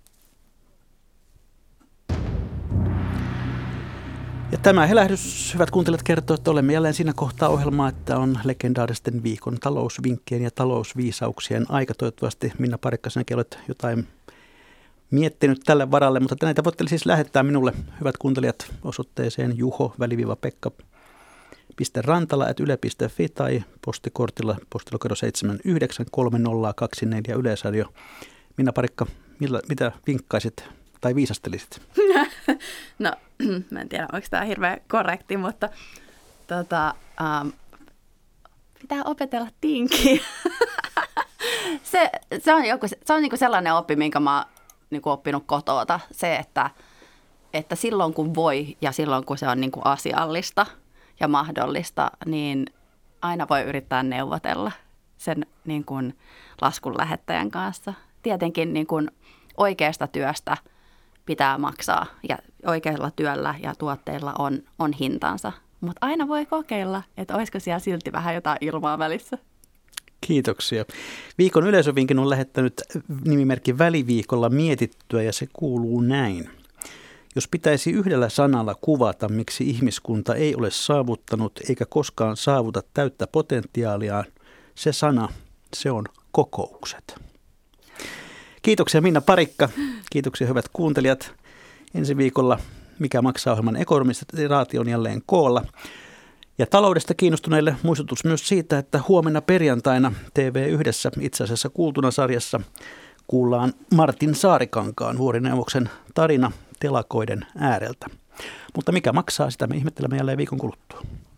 Ja tämä helähdys, hyvät kuuntelijat, kertoo, että olemme jälleen siinä kohtaa ohjelmaa, että on legendaaristen viikon talousvinkkien ja talousviisauksien aika. Toivottavasti Minna Parikka, sinäkin olet jotain miettinyt tälle varalle, mutta näitä voitte siis lähettää minulle, hyvät kuuntelijat, osoitteeseen juho-pekka piste rantala ät yle piste fi tai postikortilla postilokero seitsemän yhdeksän kolme nolla kaksi neljä Yleisradio. Minna Parikka, millä, mitä vinkkaisit tai viisastelisit? No, mä en tiedä, onko tämä hirveän korrekti, mutta tota, um, pitää opetella tinkiä. se, se on, joku, se on niinku sellainen oppi, minkä mä oon niinku oppinut kotoota. Se, että, että silloin kun voi ja silloin kun se on niinku asiallista ja mahdollista, niin aina voi yrittää neuvotella sen niin kuin laskun lähettäjän kanssa. Tietenkin niin kuin oikeasta työstä pitää maksaa ja oikealla työllä ja tuotteilla on, on hintansa, mutta aina voi kokeilla, että olisiko siellä silti vähän jotain ilmaa välissä. Kiitoksia. Viikon yleisövinkin on lähettänyt nimimerkki Väliviikolla mietittyä ja se kuuluu näin. Jos pitäisi yhdellä sanalla kuvata, miksi ihmiskunta ei ole saavuttanut eikä koskaan saavuta täyttä potentiaaliaan, se sana, se on kokoukset. Kiitoksia Minna Parikka. Kiitoksia hyvät kuuntelijat. Ensi viikolla Mikä maksaa -ohjelman ekonomistraati on jälleen koolla. Ja taloudesta kiinnostuneille muistutus myös siitä, että huomenna perjantaina T V yhdessä itse asiassa kuultuna sarjassa kuullaan Martin Saarikankaan vuorineuvoksen tarina telakoiden ääreltä. Mutta mikä maksaa, sitä me ihmettelemme jälleen viikon kuluttua.